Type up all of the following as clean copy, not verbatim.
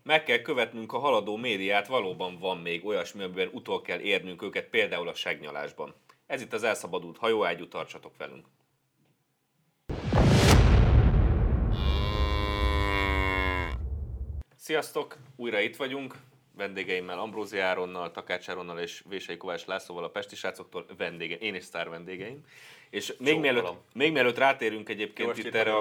Meg kell követnünk a haladó médiát, valóban van még olyasmi, amiben utol kell érnünk őket, például a segnyalásban. Ez itt az elszabadult hajóágyú, tartsatok velünk! Sziasztok! Újra itt vagyunk, vendégeimmel Ambrózi Áronnal, Takács Áronnal és Vései Kovács Lászlóval, a Pesti srácoktól vendégeim, én és sztár vendégeim. És még mielőtt rátérünk egyébként itt erre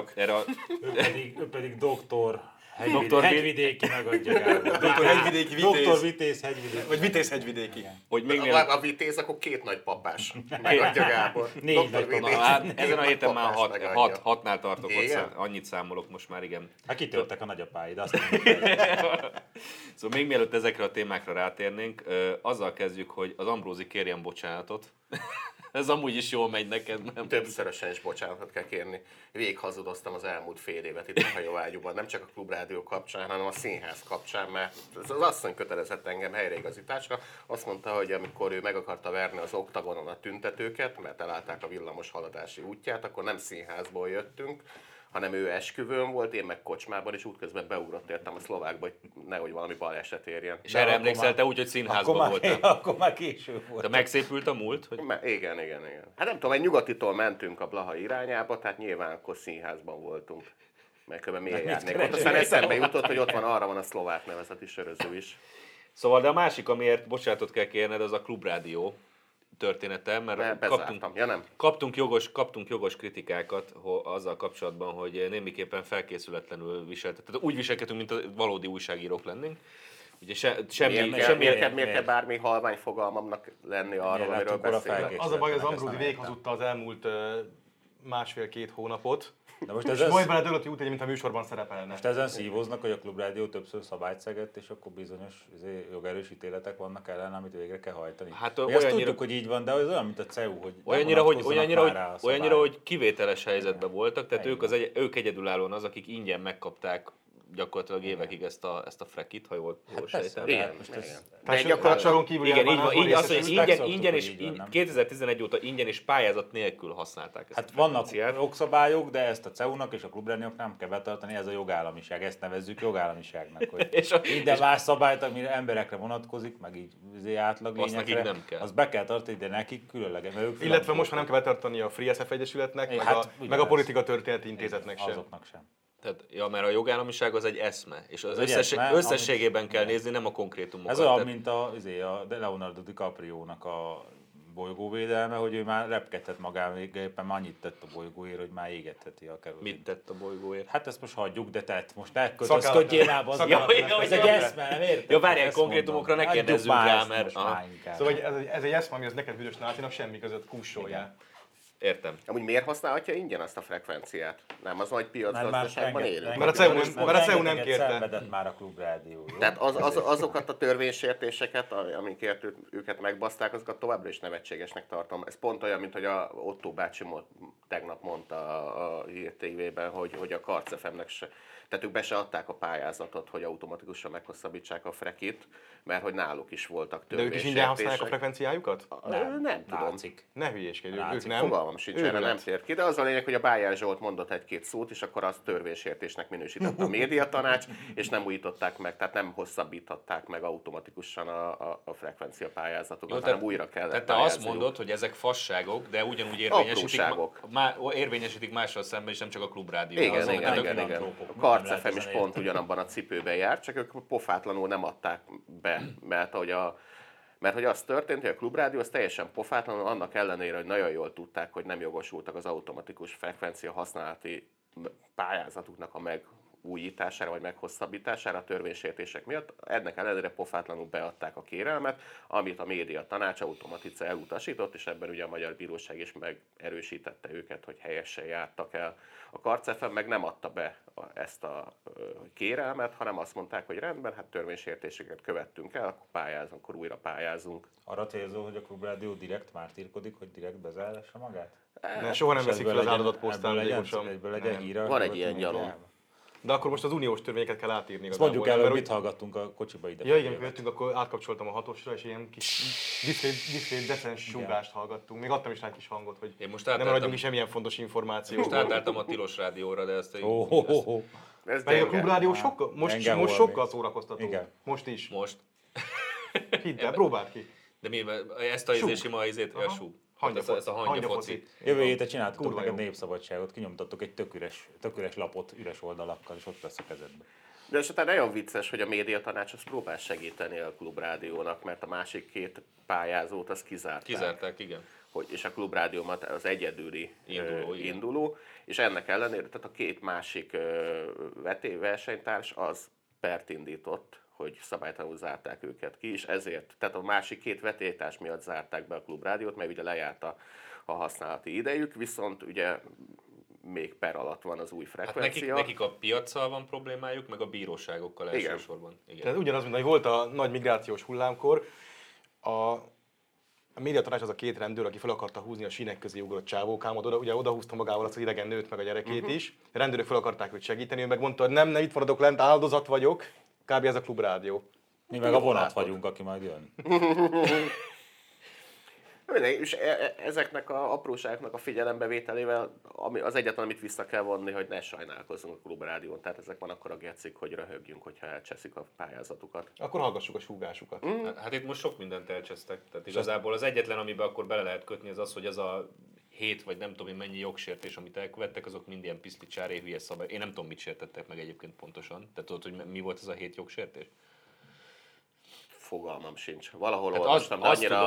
ő pedig doktor Hegyvidéki megadja Gábor. Doktor Hegyvidéki Vitéz. Doktor Vitéz Hegyvidéki. Vagy Vitéz Hegyvidéki. Hogy még A Vitéz, akkor 2 nagy papás. Megadja Gábor. 4 nagy papás. Hát, ezen a héten már 6-nál tartok, Igen? ott annyit számolok most már, igen. Hát kitörtek a nagyapáid, azt Szóval még mielőtt ezekre a témákra rátérnénk, azzal kezdjük, hogy az Ambrózi kérjen bocsánatot. Ez amúgy is jól megy neked, nem? Többszörösen is bocsánatot kell kérni. Végighazudoztam az elmúlt fél évet itt a hajóágyúban, nem csak a Klubrádió kapcsán, hanem a színház kapcsán, mert az asszony kötelezett engem helyreigazításra. Azt mondta, hogy amikor ő meg akarta verni az oktagonon a tüntetőket, mert elállták a villamos haladási útját, akkor nem színházból jöttünk, hanem ő esküvőn volt, én meg kocsmában, és útközben beugrott értem a szlovákba, hogy nehogy valami baleset érjen. És erre emlékszel te úgy, hogy színházban voltál? Akkor már később volt. De megszépült a múlt? Hogy... Igen. Hát nem tudom, egy nyugatitól mentünk a Blaha irányába, tehát nyilván akkor színházban voltunk. Mert kb. Miért járnék ott? Aztán eszembe jutott, hogy ott van, arra van a szlovák nevezeti söröző is. Szóval, de a másik, amiért bocsánatot kell kérned, az a Klubrádió története, mert kaptunk jogos kritikákat azzal kapcsolatban, hogy némiképpen felkészületlenül viseltet. Tehát úgy viselkedünk, mint a valódi újságírók lennénk. Ugye miért kell bármi halvány fogalmamnak lenni arról, amiről beszélek? Az a baj, az Ambrózi végighazudta az elmúlt másfél-két hónapot. De most és majd beledöglött út, mint a műsorban szerepelne. Most ezen szívóznak, hogy a Klubrádió többször szabályt szegett, és akkor bizonyos jogerős ítéletek vannak ellen, amit végre kell hajtani. Hát azt tudjuk, hogy így van, de az olyan, mint a CEU, hogy olyannyira, hogy kivételes helyzetben voltak, tehát ők egyedülállóan az, akik ingyen megkapták gyakorlatilag évekig ezt a frekit, ha jól sejtem. Igen. Tehát gyakorlatilag kívül igen, így az, hogy ingyen és 2011 óta ingyen és pályázat nélkül használták ezt. Hát vannak jogszabályok, de ezt a CEU-nak és a Klubrádiónak nem kell betartani, ez a jogállamiság, ezt nevezzük jogállamiságnak, hogy minden más szabályt, amire emberekre vonatkozik, meg így átlag lényekre, az be kell tartani, de nekik különleges. Illetve most már nem kell betartani a Free SF Egyesületnek, meg a Politika Történeti Intézetnek sem. Azoknak sem. Tehát, mert a jogállamiság az egy eszme, és az összességében kell nézni, nem a konkrétumokat. Ez olyan, mint a Leonardo DiCaprio-nak a bolygóvédelme, hogy ő már repkedhet magán, éppen már annyit tett a bolygóért, hogy már égetheti a kerülést. Mit tett a bolygóért? Hát ezt most hagyjuk, de tett. Most ne kötözködjél rá, ez egy eszme, nem érted? Jó, várjál, konkrétumokra ne kérdezzünk rá, mert... Szóval ez egy eszme, ami az neked büdös nácinak semmi között, kussoljál. Értem. Amúgy miért használhatja ingyen azt a frekvenciát? Nem az nagy piacgazdaságban élünk? Mert a CEU nem kérte. Szenvedett már a Klubrádió. Tehát azokat a törvénysértéseket, amikért őket megbaszták, azokat továbbra is nevetségesnek tartom. Ez pont olyan, mint hogy a Otto bácsi tegnap mondta a Hír TV-ben, hogy a Karc FM-nek se. Tehát ők be se adták a pályázatot, hogy automatikusan meghosszabbítsák a frekit, mert hogy náluk is voltak törvénysértések. De ők is ingyen használják a frekvenciájukat? Nem tudom. Ne hülyéskedjük, ők nem. Fogalmam sincs, erre nem tért ki, de az a lényeg, hogy a Bájár Zsolt mondott egy-két szót, és akkor azt törvénysértésnek minősített a médiatanács, és nem újították meg, tehát nem hosszabbíthatták meg automatikusan a frekvencia pályázatokat, hanem újra kellett Tehát te azt mondod, hogy ezek fasságok, de ugyanúgy érvényesítik mással szemben, és nem csak a Klubrádió. Igen. A Karc FM is pont ugyanabban a cipőben járt, csak ők pofátlanul nem adták be, mert hogy az történt, hogy a Klubrádió az teljesen pofátlanul, annak ellenére, hogy nagyon jól tudták, hogy nem jogosultak az automatikus frekvencia használati pályázatuknak a megújítására vagy meghosszabbítására a törvénysértések miatt. Ennek ellenére pofátlanul beadták a kérelmet, amit a média tanács automatice elutasított, és ebben ugye a Magyar Bíróság is megerősítette őket, hogy helyesen jártak el. A Karc FM meg nem adta be ezt a kérelmet, hanem azt mondták, hogy rendben, hát törvénysértéseket követtünk el, akkor pályázunk, akkor újra pályázunk. Arra célzol, hogy a Klubrádió direkt mártírkodik, hogy direkt bezárassa magát? Soha nem veszik fel az áldozott posztán. Van egy ilyen gyalom. De akkor most az uniós törvényeket kell átírni. Azt mondjuk el, hogy mit hallgattunk a kocsiba ide. Ja igen, amikor jöttünk, akkor átkapcsoltam a 6-osra, és ilyen kis diszkrét decens súgást hallgattunk. Még adtam is rá egy kis hangot, hogy nem maradjunk is semmilyen fontos információ. Most átálltam a tilos rádióra, de ezt Pedig a Klubrádió most sokkal szórakoztató. Igen. Most is. Most. Hidd el, próbáld ki. De mi, ezt a sima a súg. Ezt a hangyafoci. Jövő héten csináltatok neked Népszabadságot, kinyomtattok egy tök üres lapot, üres oldalakkal, és ott lesz a kezedbe. De esetleg nagyon vicces, hogy a médiatanács az próbál segíteni a Klubrádiónak, mert a másik két pályázót az kizárták. Kizárták, igen. És a Klubrádiómat az egyedüli induló, és ennek ellenére, tehát a két másik versenytárs az pert indított, hogy szabálytalanul zárták őket ki, és ezért, tehát a másik két vetélytárs miatt zárták be a Klubrádiót, mert ugye lejárt a használati idejük, viszont ugye még per alatt van az új frekvencia. Hát nekik a piaccal van problémájuk, meg a bíróságokkal elsősorban. Igen. Tehát ugyanaz, mint hogy volt a nagy migrációs hullámkor, a médiatanács az a két rendőr, aki fel akarta húzni a sínek közé ugrott csávókámat, ugye odahúzta magával azt az idegen nőt, meg a gyerekét is. A rendőrök fel akarták őt segíteni, ő meg mondta, hogy nem, itt maradok lent, áldozat vagyok. Kb. Ez a Klubrádió. Mi meg a vonat vagyunk, aki majd jön. És ezeknek a apróságoknak a figyelembevételével az egyetlen, amit vissza kell vonni, hogy ne sajnálkozzunk a Klubrádión. Tehát ezek van akkor a gecik, hogy röhögjünk, hogyha elcseszik a pályázatukat. Akkor hallgassuk a súgásukat. Hát itt most sok mindent elcsesztek. Tehát igazából az egyetlen, amiben akkor bele lehet kötni, az, hogy az a 7 vagy nem tudom én mennyi jogsértés, amit elkövettek, azok mind ilyen piszlicsári hülye szabály. Én nem tudom, mit sértettek meg egyébként pontosan. Te tudod, hogy mi volt ez a 7 jogsértés? Fogalmam sincs. Valahol olvastam, de annyira...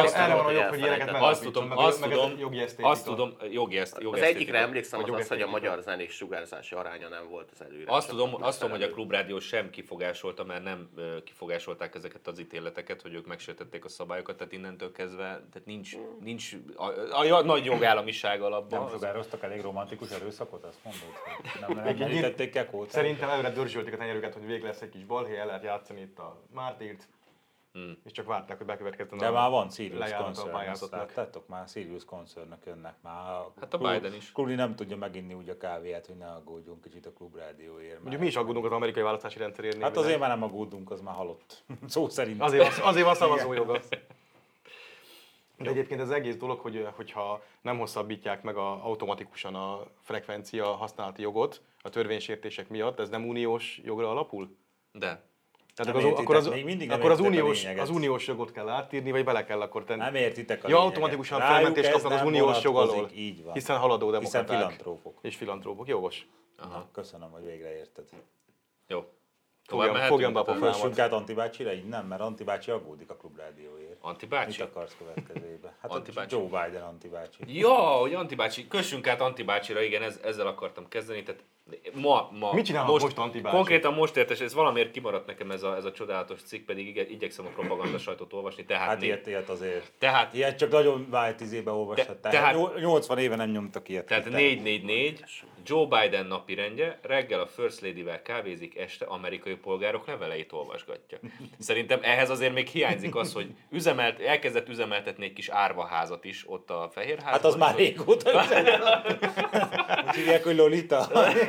Azt tudom, jogi esztétika. Az egyikre emlékszem, az, hogy a magyar zenés sugárzási aránya nem volt az előre. Azt tudom, hogy a Klubrádió sem kifogásolta, mert nem kifogásolták ezeket az ítéleteket, hogy ők megsértették a szabályokat, tehát innentől kezdve tehát nincs a nagy jogállamiság alapban. Nem sugároztak elég romantikus erőszakot, azt mondod? Nem említették Kekót? Szerintem előre dörzsölték a tenyerüket, hogy végig lesz egy kis balhé, el lehet játszani itt a Mártírt. És csak várták, hogy bekövetkezzen de már van Sirius Concern, láttátok már, Sirius Concernnek jönnek már. Hát a Biden is. Klubni nem tudja meginni úgy a kávéját, hogy ne aggódjunk kicsit a Klubrádióért. Mondjuk mi is aggódunk az amerikai választási rendszerért. Hát azért már nem aggódunk, az már halott. Szó szerint. Azért van szavazójoga. De egyébként az egész dolog, hogyha nem hosszabbítják meg automatikusan a frekvencia használati jogot a törvénysértések miatt, ez nem uniós jogra alapul? De. Tehát akkor az uniós jogot kell átírni, vagy bele kell akkor tenni. Nem értitek a lényeget. Automatikusan felmentést kapnak az uniós jog alól. Így van. Hiszen haladó demokraták. Hiszen filantrópok. És filantrópok, jogos. Aha. Köszönöm, hogy végre érted. Jó. Fogjam be a pofámat. Főssünk át Anti bácsira? Így nem, mert Anti bácsi aggódik a Klubrádióért. Anti bácsi? Mit akarsz következőbe? Hát Joe Biden Anti bácsi. Ja, hogy Anti bácsi. Kössünk át Anti bácsira, igen, ezzel akartam kezdeni. Tehát mit csinálnak most Anti bácsi? Konkrétan most értes, ez valamiért kimaradt nekem ez a csodálatos cikk, pedig igyekszem a propaganda sajtót olvasni. Tehát hát ilyet azért. Ilyet csak nagyon vált izébe olvashat. Tehát 80 éve nem nyomtak ilyet. Tehát 444, Joe Biden napirendje, reggel a First Lady-vel kávézik, este amerikai polgárok leveleit olvasgatja. Szerintem ehhez azért még hiányzik az, hogy elkezdett üzemeltetni egy kis árvaházat is ott a Fehérházban. Hát az már régóta üzemeltetni. Úgy hívják, hogy Lolita.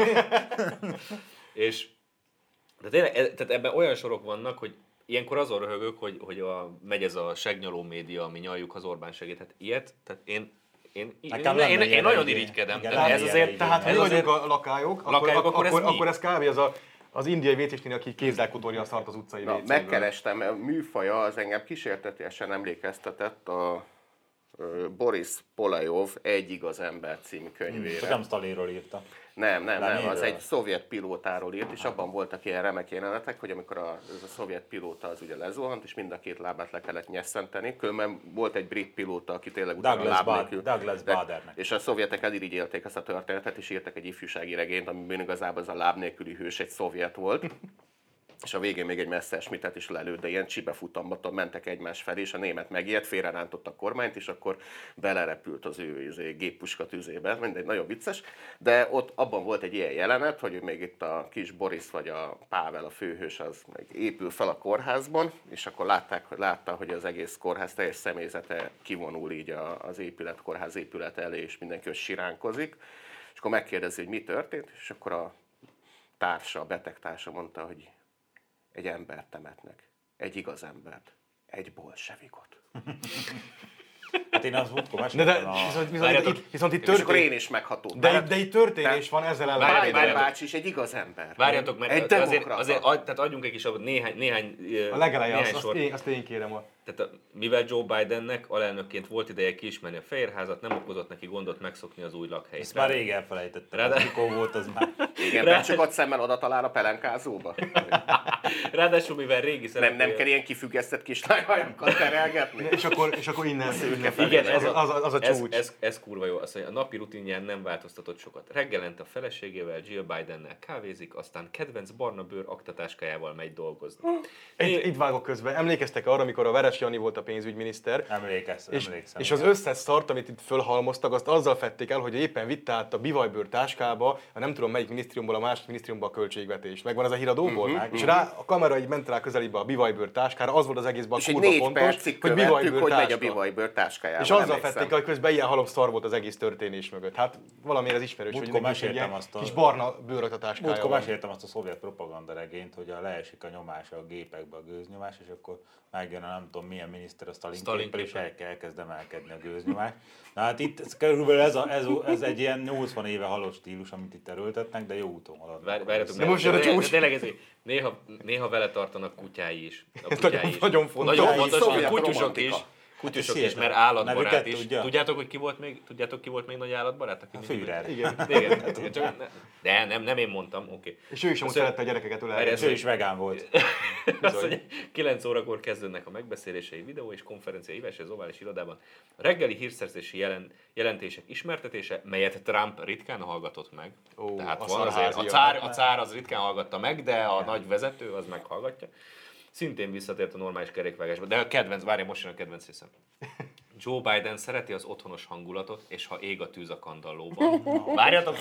És tehát ebben olyan sorok vannak, hogy ilyenkor azon röhögök, hogy megy ez a segnyaló média, ami nyaljuk az Orbán segít. Tehát ilyet, tehát én nagyon irigykedem. Tehát ha vagyunk a lakályok, akkor ez kb. Az indiai vécésnél, aki kézzel kutorja a szart az utcai vécéből. Megkerestem, a műfaja az engem kísértetiesen emlékeztetett a Boris Polajov Egy igaz ember című könyvére. Csak nem Stalinról írta. Nem, az egy szovjet pilótáról írt, és abban voltak ilyen remek jelenetek, hogy amikor ez a szovjet pilóta az ugye lezuhant, és mind a két lábát le kellett nyesszenteni, különben volt egy brit pilóta, aki tényleg utána láb nélkül. Douglas Badernek. És a szovjetek elirigyelték ezt a történetet, és írtak egy ifjúsági regényt, amiben igazából ez a láb nélküli hős egy szovjet volt. És a végén még egy Messerschmittet is lelőtt, de ilyen csibefutamban mentek egymás felé, és a német megijedt, félrerántott a kormányt, és akkor belerepült az ő géppuska tüzébe, mindegy, nagyon vicces. De ott abban volt egy ilyen jelenet, hogy még itt a kis Boris vagy a Pável, a főhős, az épül fel a kórházban, és akkor látta, hogy az egész kórház teljes személyzete kivonul így az kórház épület elé, és mindenki ott siránkozik. És akkor megkérdezi, hogy mi történt, és akkor a beteg társa mondta, hogy egy embert temetnek. Egy igaz embert. Egy bolsevikot. Hát én azt múltkor meséltem viszont itt történik. Akkor én is meghatódtam. De itt történés van ezzel ellen. Biden bácsi is egy igaz ember. Várjatok, mert azért tehát adjunk egy kis néhány a legeleje, azt én kérem. Tehát mivel Joe Bidennek alelnökként volt ideje kiismerni a Fehérházat, nem okozott neki gondot megszokni az új lakhelyét. Ezt már rég elfelejtettem, mikor volt az már. Igen, csak ott szemmel oda talál a pelenkázóba. Ráadásul mivel régi szereplője... Nem kell ilyen kifüggesztett kis lájhajakkal terelgetni. És akkor innen igen, az a csúcs. Ez kurva jó. Azt mondja, a napi rutinján nem változtatott sokat. Reggelente a feleségével, Jill Bidennel kávézik, aztán kedvenc barna bőr aktatáskájával megy dolgozni. Itt vágok közben. Emlékeztek arra, amikor a Veres Jani volt a pénzügyminiszter? Emlékszem. És az összes szart, amit itt fölhalmoztak, azt azzal fedték el, hogy éppen vitte át a bivajbőr táskába, a nem tudom melyik minisztériumból, a másik minisztériumból a költségvetést. Megvan ez a híradóból? És a kamera így ment rá közelébe a bivajbőr táskára, az volt az egészben a kurva fontos, hogy bivajbőr táskájába. És azzal fedték el, hogy közben ilyen halom szar volt az egész történés mögött. Hát valamiért ez ismerős, hogy mindenki egy ilyen kis barna bőröktatáskája. Múltkor meséltem azt a szovjet propaganda regényt, hogy leesik a nyomás a gépekbe, a gőznyomás, és akkor megjön a nem tudom milyen miniszter a Stalin képpel, és elkezd emelkedni a gőznyomás. Na hát itt körülbelül ez egy ilyen 80 éve halott stílus, amit itt erőltetnek, de jó úton haladnak. Várjatok, tényleg ez néha vele tartanak kutyái is. Nagyon fontos. Nagyon fontos, hogy kutyusok is, mert állatbarát is. Tudjátok, hogy ki volt még nagy állatbarát? A Führer. Igen. De nem én mondtam, oké. És ő is amúgy szerette a gyerekeket ölelni. És ő is vegán volt. 9 órakor kezdődnek a megbeszélései, videó és konferencia Ives az ovális irodában. A reggeli hírszerzési jelentések ismertetése, melyet Trump ritkán hallgatott meg. Tehát van azért, a cár az ritkán hallgatta meg, de a nagy vezető az meghallgatja. Szintén visszatért a normális kerékvágásba, de most jön a kedvenc részem. Joe Biden szereti az otthonos hangulatot, és ha ég a tűz a kandallóban. Várjatok.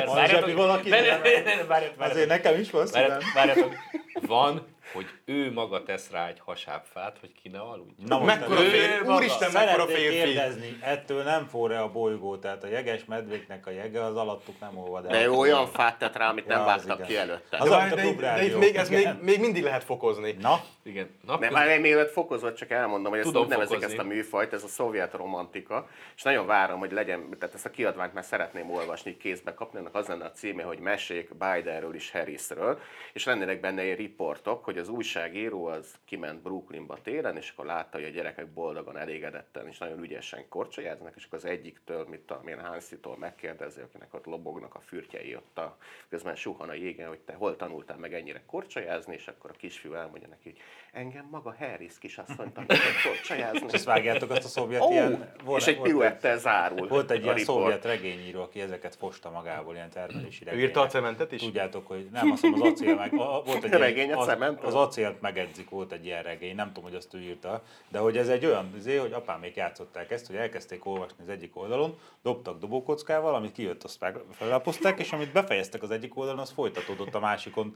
Azért nekem is van szívem. Várjatok. Van, hogy ő maga tesz rá egy hasábfát, hogy ki ne aludjon. Na mekkora férfi, úristen, mekkora férfi. Kérdezni, ettől nem forra a bolygó, tehát a jeges medvéknek a jege az alattuk nem olvad el. De ő olyan fát tett rá, amit nem vágtak ki előtte. De itt még mindig lehet fokozni. Na? Igen. Nem, már mielőtt fokozott, csak elmondom, hogy ezt úgy nevezik ezt a műfajt, ez a szovjet romantika, és nagyon várom, hogy legyen, tehát ezt a kiadványt már szeretném olvasni, kézbe kapni, annak az lenne a címe, hogy mesék Bidenről és Harrisről, és lennének benne egy riportok, hogy az újságíró az kiment Brooklynba télen, és akkor látta, hogy a gyerekek boldogan, elégedetten és nagyon ügyesen korcsolyáznak, és akkor az egyiktől, milyen Hansitól megkérdezi, akinek ott lobognak a fürtjei ott közben suhan a jégen, hogy te hol tanultál meg ennyire korcsolyázni, és akkor a kisfiú elmondja neki, hogy engem maga Harris kisasszony tanított korcsolyázni. És ezt vágjátok azt a szovjet ilyen... És egy piruettel zárul. Volt egy ilyen szovjet regényíró, aki ezeket fosta magából, ilyen termelési regények. Írta a cementet is? Tudjátok, hogy nem, azt mondom, az acél meg... Volt egy regény a cement? Az acélt megedzik, volt egy ilyen regény, nem tudom, hogy azt ő írta, de hogy ez egy olyan hogy apámék játszották ezt, hogy elkezdték olvasni az egyik oldalon, dobtak dobókockával, amit kijött, azt fellapozták, és amit befejeztek az egyik oldalon, az folytatódott a másikon.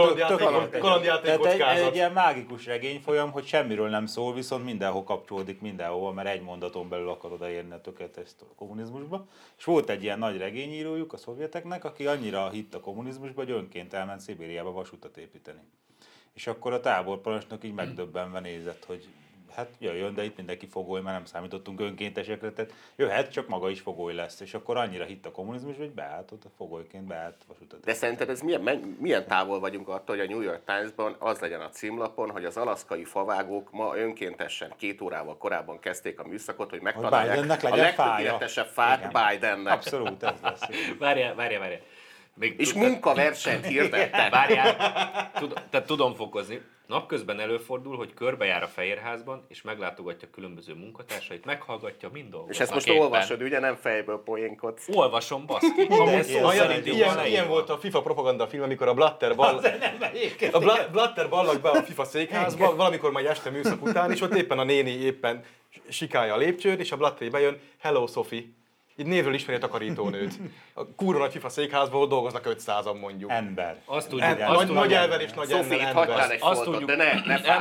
Kalandjáték kockázat. Egy ilyen mágikus regényfolyam, hogy semmiről nem szól, viszont mindenhol kapcsolódik mindenhova, mert egy mondaton belül akar odaérni a tökéletes kommunizmusba. És volt egy ilyen nagy regényírójuk a szovjeteknek, aki annyira hitt a kommunizmusba, hogy önként elment Szibériába vasutat építeni. És akkor a táborparancsnok így megdöbbenve nézett, hogy hát jöjjön, de itt mindenki fogoly, mert nem számítottunk önkéntesekre, tehát jöhet, csak maga is fogoly lesz. És akkor annyira hitt a kommunizmus, hogy beállt ott a fogolyként, beállt vasutat. De szerinted ez milyen távol vagyunk attól, hogy a New York Times-ban az legyen a címlapon, hogy az alaszkai favágók ma önkéntesen 2 órával korábban kezdték a műszakot, hogy megtalálják a legtökéletesebb fát Bidennek. Abszolút, ez lesz. Várjál. És munkaversenyt hirdettek. Várjál, tehát tudom fokozni. Napközben előfordul, hogy körbejár a Fehérházban, és meglátogatja különböző munkatársait, meghallgatja, mind dolgoznak. És ezt most olvasod, ugye nem fejből poénkodsz? Olvasom, baszki. Ilyen volt a FIFA propaganda film, amikor a Blatter ballak be a FIFA székházba, valamikor majd este műszak után, és ott éppen a néni éppen sikálja a lépcsőt, és a Blatter bejön, hello Sophie. Így névről ismeri a takarítónőt. A kurva nagy FIFA székházból dolgoznak 500-an mondjuk. Ember. Azt tudjuk. Nagy elver és nagy ember. Azt tudjuk. De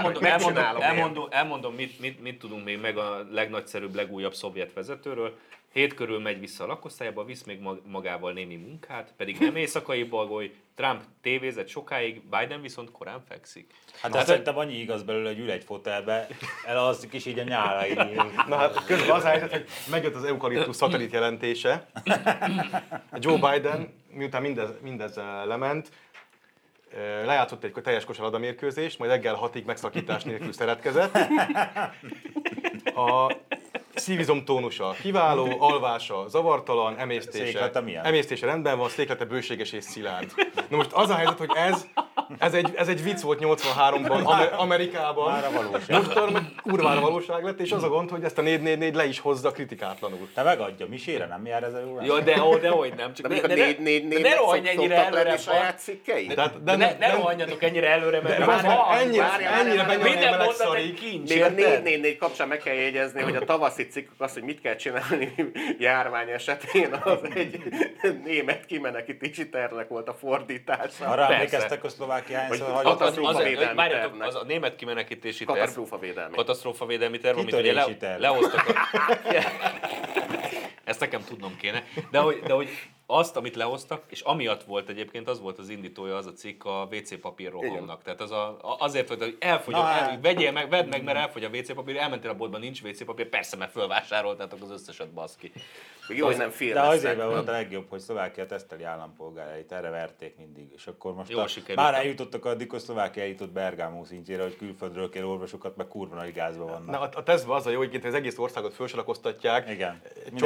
elmondom, mit tudunk még meg a legnagyszerűbb, legújabb szovjet vezetőről. 7 körül megy vissza a lakosztályba, visz még magával némi munkát, pedig nem éjszakai bagoly, Trump tévézett sokáig, Biden viszont korán fekszik. Hát szerintem annyi igaz belőle, hogy ül egy fotelbe, elalszik is így a nyálaig. Na hát közben az helyzet, hogy megjött az eukaliptusz szatellit jelentése. Joe Biden, miután mindez lement, lejátszott egy teljes kosárlabda mérkőzést, majd reggel 6-ig megszakítás nélkül szeretkezett. A szívizom tónusa kiváló, alvása zavartalan, emésztése rendben van, széklete bőséges és szilárd. Na most az a helyzet, hogy ez egy vicc volt 83-ban Amerikában. Már a valóság. Most meg kurvára valóság lett, és az a gond, hogy ezt a 444 le is hozza kritikátlanul. Te megadja, misére nem jár ez a jó? Jó, de hogy nem. Csak de a 444 ne rohanj ennyire előre saját cikkei. Ne rohanjatok ennyire előre, mert ennyire benyomni a meleg szarig. Még a 444 kapcsán meg kell jegyezni, hogy a tavaszi cikkek az, hogy mit kell csinálni járvány esetén, az egy német kimenekítési tervnek volt a fordítása. Arra emlékeztek a Szlovákián, az a német kimenekítési terv. Katasztrófavédelmi terv, amit ugye lehoztak. Ezt nekem tudnom kéne. De hogy azt, amit lehoztak, és amiatt volt egyébként, az volt az indítója, az a cikk a WC papír rohamnak. Tehát azért volt, hogy elfogy, vedd meg, mert elfogy a WC papír, elmentél a boltban, nincs WC papír, persze, mert fölvásároltátok az összeset, baszki. Jó, hogy nem de azért volt a legjobb, hogy Szlovákia teszteli állampolgárait, erre verték mindig. És akkor most már eljutottak addig, hogy Szlovákia eljutott Bergamo szintjére, hogy külföldről kér orvosokat, meg kurva nagy gázban vannak. Na, a tesztben az a jó, hogy az egész országot felsorakoztatják. Igen.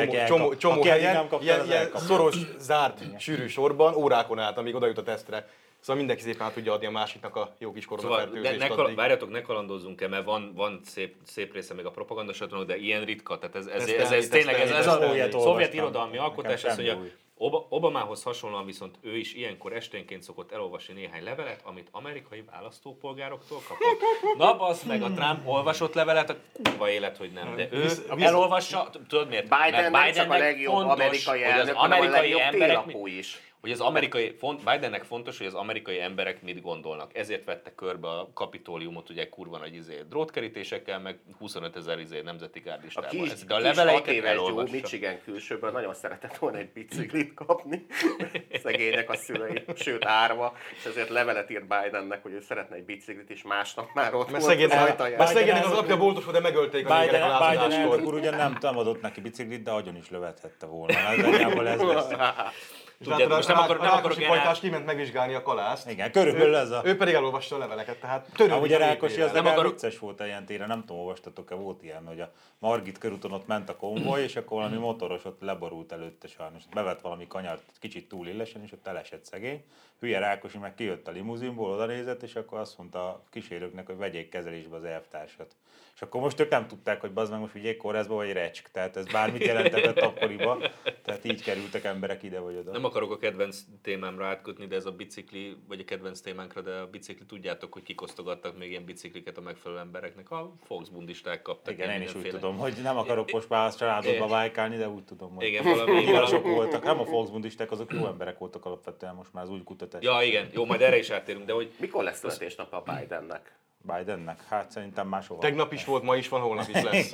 Csomó helyen, ilyen szoros, zárt, sűrű sorban, órákon át, amíg oda jut a tesztre. Szóval mindenki szépen át tudja adni a másiknak a jó kis koronafertőzést. Szóval várjatok, ne kalandozzunk el, mert van szép része még a propagandasatlanok, de ilyen ritka. Tehát ez tényleg ez a szovjet irodalmi alkotás, azt mondja, Obamához hasonlóan viszont ő is ilyenkor esténként szokott elolvasni néhány levelet, amit amerikai választópolgároktól kapott. Na bassz meg, a Trump olvasott levelet, a kurva élet, hogy nem, de ő elolvassa, tudod miért? Biden nem csak a legjobb amerikai elnök, hanem a legjobb télapó is. Hogy Bidennek fontos, hogy az amerikai emberek mit gondolnak. Ezért vette körbe a Kapitóliumot ugye kurva nagy drótkerítésekkel, meg 25 000 nemzeti gárdistával. De a leveleiket elolvassa. Michigan külsőből nagyon szeretett volna egy biciklit kapni. Szegények a szülei, sőt árva. És ezért levelet írt Bidennek, hogy ő szeretne egy biciklit, és másnap már ott volt az ajtaján. Mert szegénynek az apja boltos volt, de megölték a négerek a lázadáskor. Biden elnök úr ugyan nem támadott neki biciklit, de agyon is lövethette volna. Ez lesz. Tudjátok, most nem akarok Pajtás kiment megvizsgálni a kalászt. Igen, körülbelül ez a... Ő pedig elolvasta a leveleket, tehát törődik. Ugye Rákosi, az legalább vicces volt ilyen téren, nem tudom, olvastatok-e, volt ilyen, hogy a Margit körúton ott ment a konvoj, és akkor valami motoros ott leborult előtte sajnos. Bevett valami kanyart kicsit túl illesen, és ott elesett szegény. Hülye Rákosi meg kijött a limuzinból, odanézett, és akkor azt mondta a kísérőknek, hogy vegyék kezelésbe az elvtársat. És akkor most ők nem tudták, hogy bazd meg most vigyék kórházba vagy recsk. Tehát ez bármit jelentett akkoriban. Tehát így kerültek emberek ide vagy oda. Nem akarok a kedvenc témámra átkötni, de ez a bicikli, vagy a kedvenc témánkra, de a bicikli, tudjátok, hogy kikosztogattak még ilyen bicikliket a megfelelő embereknek. A Volksbundisták kaptak. Igen, én is úgy tudom, hogy nem akarok most már a családodba vájkálni, de úgy tudom, hogy igen, valami sok voltak. Nem a Volksbundisták, azok jó emberek voltak alapvetően, most már az új kutatás. Ja, igen, jó, majd erre is átérünk, de hogy... Mikor lesz születésnap a Bidennek? Bidennek? Hát szerintem máshol. Tegnap is volt, ma is van, holnap is lesz.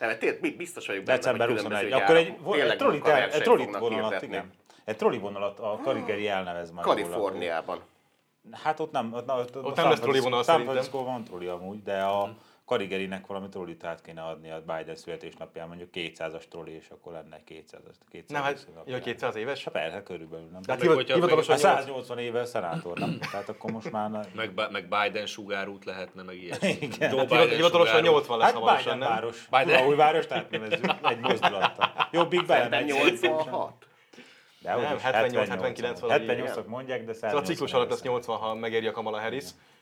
Biztos vagyok benne, december 21. Akkor egy trollit vonalat, igen. Egy trolli vonalat a Karigeri elnevez majd. Kaliforniában. Hát ott nem lesz trolli vonal szerintem. San Francisco van trolli amúgy, de a Karigerinek valami trollit át kéne adni a Biden születésnapján, mondjuk 200-as trolli, és akkor lenne 200-as. Nem, hát 200 éves? Hát persze, körülbelül nem. Hát hivatalosan 180 éves szenátor, nem? Tehát akkor most már... Meg Biden sugárút lehetne, meg ilyesmi. Hivatalosan 80 lesz hamarosan, nem? Város. A újvárost átnevezzük egy mozdulattal. Jobbik belemegy. 86. De nem, 78-79 valami. 78-ak mondják, de 180. Szóval a ciklus alatt lesz 80, ha megéri a Kamala Harris.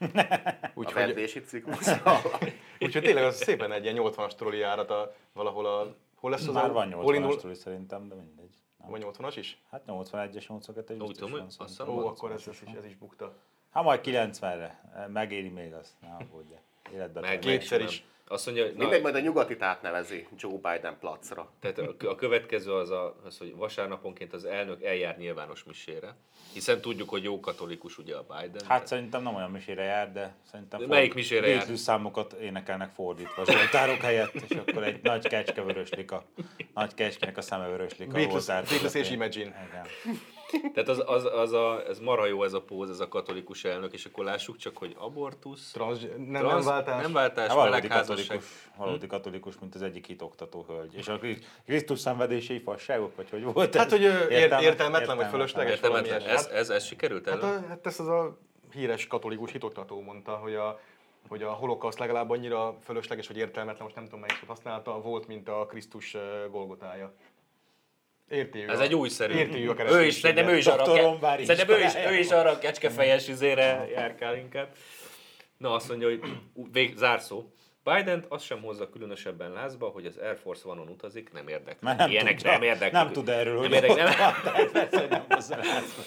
A vendési ciklus. Úgyhogy tényleg az szépen egy ilyen 80-as trolli járat valahol hol lesz az? Már van 80-as trolli szerintem, de mindegy. Vagy 80-as is? Hát 81-es, 82-es biztos van. Ó, akkor ez is bukta. Hát majd 90-re. Megéri még azt. Ne aggódja. Életben kétszer is. Azt mondja, mindegy, majd a nyugatit átnevezi Joe Biden placra. Tehát a következő az, hogy vasárnaponként az elnök eljár nyilvános misére, hiszen tudjuk, hogy jó katolikus ugye a Biden. Hát szerintem nem olyan misére jár, de szerintem melyik misére jár? Beatles számokat énekelnek fordítva a zsoltárok helyett, és akkor egy nagy kecske vöröslik nagy kecskének a szeme vöröslik a oltár. Beatles és Imagine. Igen. Tehát ez marha jó ez a póz, ez a katolikus elnök, és akkor lássuk csak, hogy abortusz, nem váltás, melegházasság. Valódi katolikus, mint az egyik hitoktató hölgy. És a Krisztus szenvedései fasságok, vagy hogy volt? Hát, hogy értelmetlen vagy fölösleges valami. Ez sikerült el? Hát ezt az a híres katolikus hitoktató mondta, hogy a holokauszt legalább annyira fölösleges vagy értelmetlen, most nem tudom melyik szót használta, volt, mint a Krisztus Golgotája. Ez egy újszerű. Szerintem ő is arra a kecskefejes izére járkál inkább. Na, azt mondja, hogy zárszó. Bident azt sem hozza különösebben lázba, hogy az Air Force One-on utazik, nem érdekli. Ilyenek nem érdekli. Nem tud erről, hogy nem hozza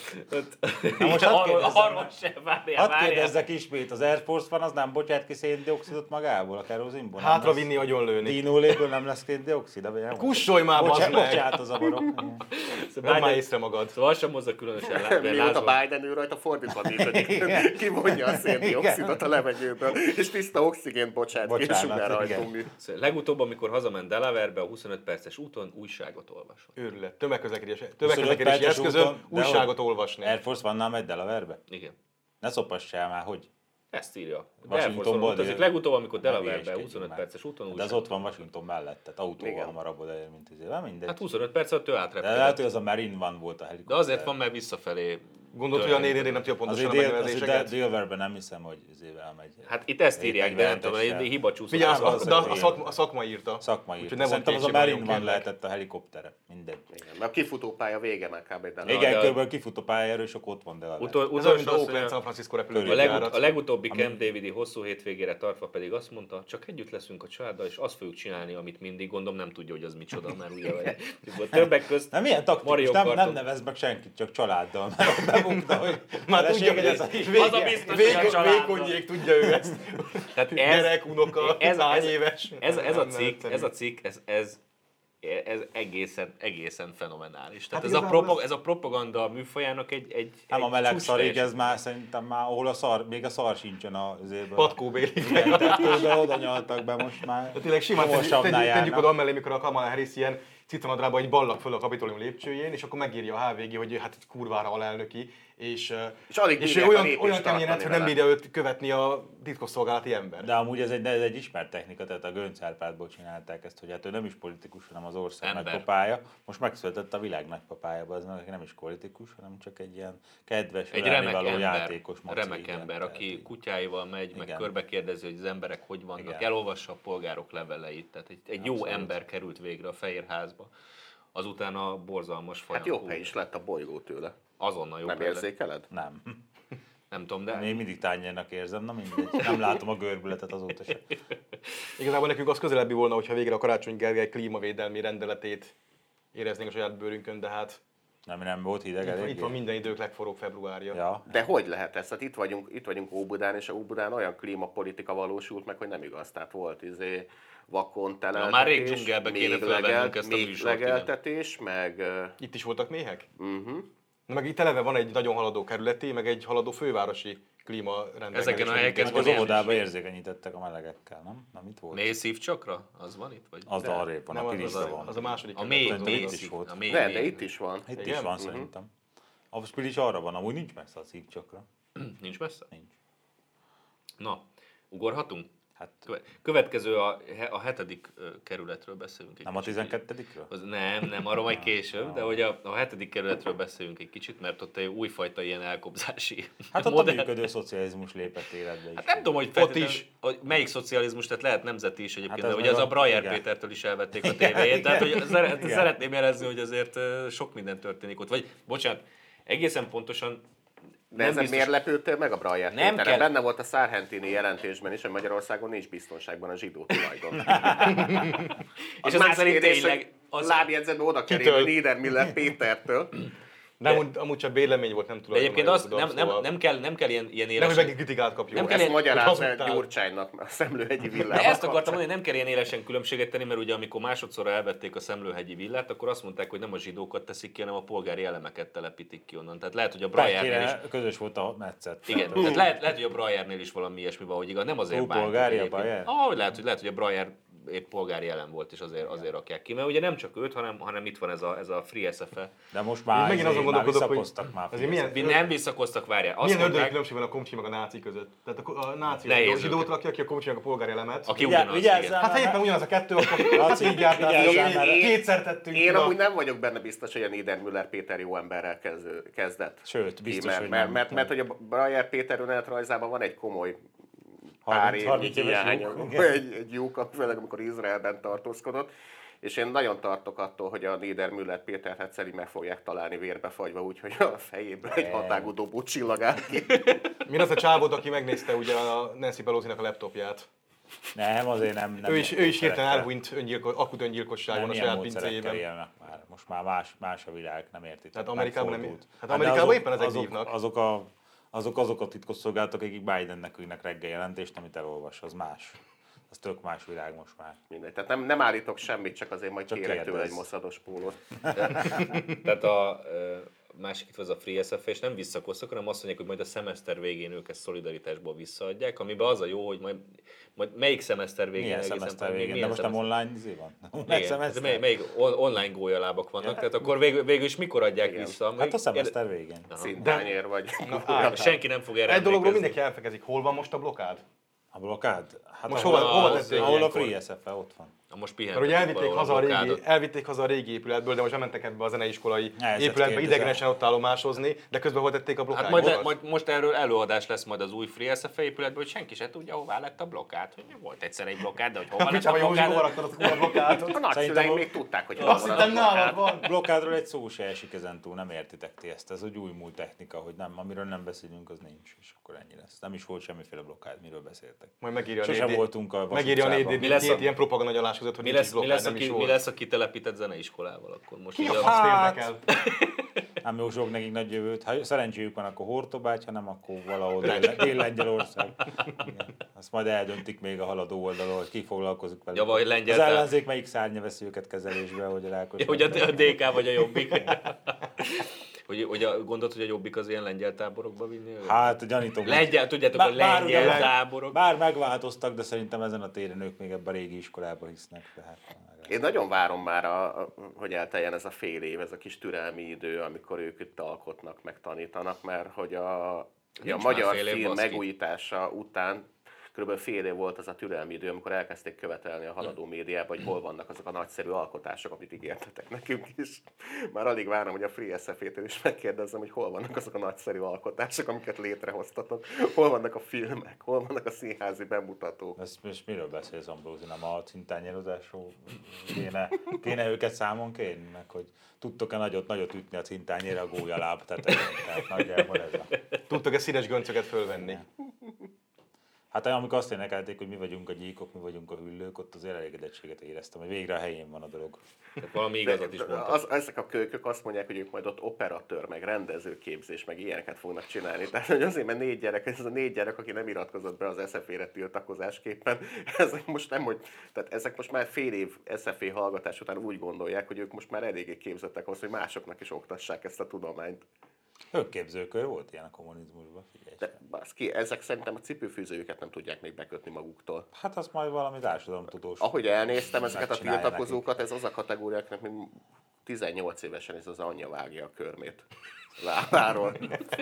lázba. Hadd kérdezzek ismét, az Air Force One az nem bocsát ki széndioxidot magából, a kerozinból? Hátra vinni, agyonlőni. Dínóléből nem lesz széndioxid? Kussolj már, bazd meg! Bocsát, az avarok. Vedd már észre magad. Szóval azt sem hozza különösen lázba. Mióta Biden ő rajta fordítva működik. Kivonja a széndioxidot a levegőből, és tiszta oxigént bocsát. Legutóbb, amikor hazament Delawarebe a 25 perces úton, újságot olvasott. Őrület. Tömegközlekedési eszközön újságot olvasni. Air Force One-nál megy Delawarebe? Igen. Ne szopassál már, hogy? Ezt írja. Washingtonból utazik. Legutóbb, amikor Delawarebe 25 perces úton de az ott van Washington mellett, tehát autóval hamarabb odaér, mint mindegy. Hát 25 perc alatt ő átrepül. De lehet, hogy az a Marine One volt a helikopter. De azért van, mert visszafelé. Gondolod, hogy a négynél nem tudja pontosan a megnevezéseket? Délverben nem hiszem, hogy elmegy. Hát itt ezt írják, de nem tudom, hogy hibacsúszó. De a szakma írta. Szerintem az a Marine One lehetett a helikoptere. Mindegy. Mert a kifutópálya vége már kb. Igen, kb. Kifutópályáról, és akkor ott van Delaware. Ez olyan, mint a Oakland San Francisco repülőjárat. A legutóbbi Camp Davidi hosszú hétvégére tartva pedig azt mondta, csak együtt leszünk a családdal, és azt fogjuk csinálni, amit mindig, gondolom nem tudja, hogy az micsoda, mert ugye többek közt. Nem ilyen taktikus, nem nevez meg senkit, csak családdal. Bemondta, hogy már tudja, hogy ez a vékonyék, tudja ő ezt. Tehát gyerek, unoka, lányéves. Ez a cikk, ez egészen fenomenális. Tehát ez a propaganda műfajának egy nem a meleg szarig, ez már szerintem már, ahol még a szar sincsen az évben. Patkóbéli. Tehát közben oda nyaltak be most már. Tényleg simán tegyük oda amellé, mikor a Kamala Harris ilyen citronadrában egy ballag föl a Kapitolium lépcsőjén, és akkor megírja a HVG, hogy hát kurvára alelnöki, és olyan keményen, hogy nem bírja őt követni a titkosszolgálati ember. De amúgy ez egy ismert technika, tehát a Göncz Árpádból csinálták ezt, hogy hát ő nem is politikus, hanem az ország nagypapája. Most megszületett a világ nagypapájába, az aki nem is politikus, hanem csak egy ilyen kedves, remek játékos maci. Remek ember, aki kutyáival megy, meg körbe kérdezi, hogy az emberek hogy vannak, elolvassa a polgárok leveleit. Tehát egy jó ember került végre a Fehérházba. Azután a borzalmas folyamat. Hát jobb hely is lett a bolygó tőle. Azonnal jobb. Nem érzékeled? Nem. Nem tudom, de... Én mindig tányérnak érzem, na mindegy. Nem látom a görbületet azóta sem. Igazából nekünk az közelebbi volna, hogyha végre a Karácsony Gergely klímavédelmi rendeletét éreznénk a saját bőrünkön, de hát... Nem volt hideg elég. Itt van minden idők legforróbb februárja. Ja. De hogy lehet ez? Hát itt vagyunk Óbudán, és Óbudán olyan klímapolitika valósult meg, hogy nem igaz. Tehát volt vakon teleltetés, már rég dzsungelbe kéne felvennünk ezt a műsort. Legeltetés, meg... Itt is voltak méhek? Na meg itt eleve van egy nagyon haladó kerületi, meg egy haladó fővárosi klímarendelkezés. Ezeken a helyeken az óvodába érzékenyítettek a melegekkel, nem? Na mit volt? Mély szívcsakra? Az van itt? Vagy? Az arrébb van, a Pilisre van. Az a második. A mély is volt. De itt is van. Itt is van szerintem. A Pilis arra van, amúgy nincs messze a szívcsakra. Nincs messze? Nincs. Na, ugorhatunk? Hát, következő a 7. kerületről beszélünk. Nem a 12-ről? Nem, arról majd később, de hogy a 7. kerületről beszélünk egy kicsit, mert ott egy újfajta ilyen elkobzási hát ott a működő szocializmus lépett életbe is. Hát nem tudom, hogy ott is. Melyik szocializmus, tehát lehet nemzeti is egyébként, hát de ugye az a Breyer Pétertől is elvették a tévéjét, tehát hogy szeretném jelezni, hogy azért sok minden történik ott. Vagy, bocsánat, egészen pontosan. De ezen miért lepődtél meg a Breyer Péteren? Benne volt a Sargentini jelentésben is, hogy Magyarországon nincs biztonságban a zsidó tulajdon. És ezek szerint tényleg... Lábjegyzetben oda kerül Niedermüller Pétertől. Nem, amúgy csak vélemény volt, nem tudom. De egyébként azt nem kell ilyen élesen... Nem, hogy megint kritikát kapjuk. Ezt magyarázza Gyurcsánynak a Szemlőhegyi villával. Ezt akartam mondani, nem kell ilyen élesen különbséget tenni, mert ugye amikor másodszor elvették a Szemlőhegyi villát, akkor azt mondták, hogy nem a zsidókat teszik ki, hanem a polgári elemeket telepítik ki onnan. Tehát lehet, hogy a Brajernél is... Közös volt a metszet. Igen, tehát lehet, hogy a Brajernél is valami ilyesmi van, hogy igaz, nem azért polgári a Brajer? Lehet, hogy a Brajer épp polgári elem volt, és azért rakják ki. Mert ugye nem csak őt, hanem itt van ez a Free SFE. De most már visszakoztak már. Nem visszakoztak, várjál. Milyen ördögi különbség van a komcsi meg a náci között? Tehát a náci a zsidót rakja ki, a komcsi meg a polgári elemet. Aki ugyanaz, igen. Hát ha éppen ugyanaz a kettő, akkor így jártál, kétszer tettünk. Én amúgy nem vagyok benne biztos, hogy a Niedermüller Péter jó emberrel kezdett. Sőt, biztos, hogy nem. Mert hogy a Brajer Péter önéletrajzában van egy komoly pár év hiány, egy lyuk, főleg amikor Izraelben tartózkodott, és én nagyon tartok attól, hogy a Niedermüller Pétert egyszer meg fogják találni vérbefagyva, úgyhogy a fejéből egy hatágú dobó csillag áll ki. Mi az a csávod, aki megnézte ugye a Nancy Pelosi-nak a laptopját? Nem, azért nem ő is hirtelen elhunyt akut öngyilkosságon a saját pincéjében. Most már más a világ, nem érti. Tehát Amerikában nem. Hát Amerikában éppen ezek hívnak. Azok a titkosszolgálatok, akik Bidennek küldnek reggel jelentést, amit elolvas, az más. Az tök más világ most már. Mindegy. Tehát nem állítok semmit, csak azért majd kérek tőle egy moszados pólót. Tehát a másik itt az a Free SFE, és nem visszakoztak, hanem azt mondják, hogy majd a szemeszter végén ők ezt szolidaritásból visszaadják, amiben az a jó, hogy majd melyik szemeszter végén... Milyen szemeszter végén? De most nem online van? Igen, melyik online gólyalábak vannak, tehát akkor végül is mikor adják vissza? Hát a szemeszter végén. Szintányér vagy. Senki nem fog erre egy dologról mindenki elfekezik. Hol van most a blokkád? A blokkád? Hát most hova tették? Ahol a Free SFE ott van. Most mert ugye elvitték haza a régi épületből, de most nem mentek ebbe a zeneiskolai épületbe idegenesen ott állomásozni, de közben hol tették a blokkád? Hát majd most erről előadás lesz majd az új Free SFE épületből, hogy senki se tudja, hová lett a blokkád. Hogy volt egyszer egy blokkád, de hogy hova lett a blokkád. A nagyszüleim még tudták, hogy hol van a blokkád. Blokkádról egy szó se esik ezentúl, nem értitek ti ezt. Ez egy új múlt technika, hogy nem, amiről nem beszélünk, az nincs, és akkor ennyi lesz. Nem is volt semmiféle blokkád, miről beszéltek. Majd megírja a négy ilyen propaganda között, hogy mi lesz a kitelepített zeneiskolával akkor most? Ki a fasz érdekel? Nem jó sok nekik nagy jövőt. Ha szerencséjük van, akkor Hortobágy, ha nem, akkor valahol Dél-Lengyelország. Azt majd eldöntik még a haladó oldalon, hogy ki foglalkozik velük. Az ellenzék melyik szárnya veszi őket kezelésbe, hogy a Rákos. Hogy a DK vagy a Jobbik. Gondolod, hogy a Jobbik az ilyen lengyel táborokba vinni? Hát gyanítom. Tudjátok, a lengyel táborok. Bár megváltoztak, de szerintem ezen a téren ők még ebben a régi iskolában hisznek. Tehát, én nagyon várom már, hogy elteljen ez a fél év, ez a kis türelmi idő, amikor ők itt alkotnak, meg tanítanak, mert hogy a magyar film megújítása után körülbelül fél év volt az a türelmi idő, amikor elkezdték követelni a haladó médiába, hogy hol vannak azok a nagyszerű alkotások, amit ígértetek nekünk is. Már alig várom, hogy a Free SFE-től is megkérdezzem, hogy hol vannak azok a nagyszerű alkotások, amiket létrehoztatok. Hol vannak a filmek, hol vannak a színházi bemutatók. És miről beszélsz, Ambrózi? Nem a cintányérozásról kéne őket számon kérni, meg hogy tudtok-e nagyot ütni a cintányére a gólyaláb tetején? Tehát nagyjából ez a... Tudtok-e színes göncöket fölvenni? Hát amikor azt énekelték, hogy mi vagyunk a gyíkok, mi vagyunk a hüllők, ott azért elégedettséget éreztem, hogy végre a helyén van a dolog. Tehát valami igazat is mondtak. Ezek a kölykök azt mondják, hogy ők majd ott operatőr, meg rendezőképzés, meg ilyeneket fognak csinálni. Tehát hogy azért, mert ez a 4 gyerek, aki nem iratkozott be az SFE-re tiltakozásképpen, ezek most nem, hogy, tehát ezek most már fél év SFE hallgatás után úgy gondolják, hogy ők most már eléggé képzettek ahhoz, hogy másoknak is oktassák ezt a tudományt. Önképzőkör volt ilyen a kommunizmusban, figyelj. De baszki, ezek szerintem a cipőfűzőjüket nem tudják még bekötni maguktól. Hát az majd valami társadalomtudós. Ahogy elnéztem ezeket a tiltakozókat, ez az a kategóriáknak, mint 18 évesen ez az anyja vágja a körmét lábáról.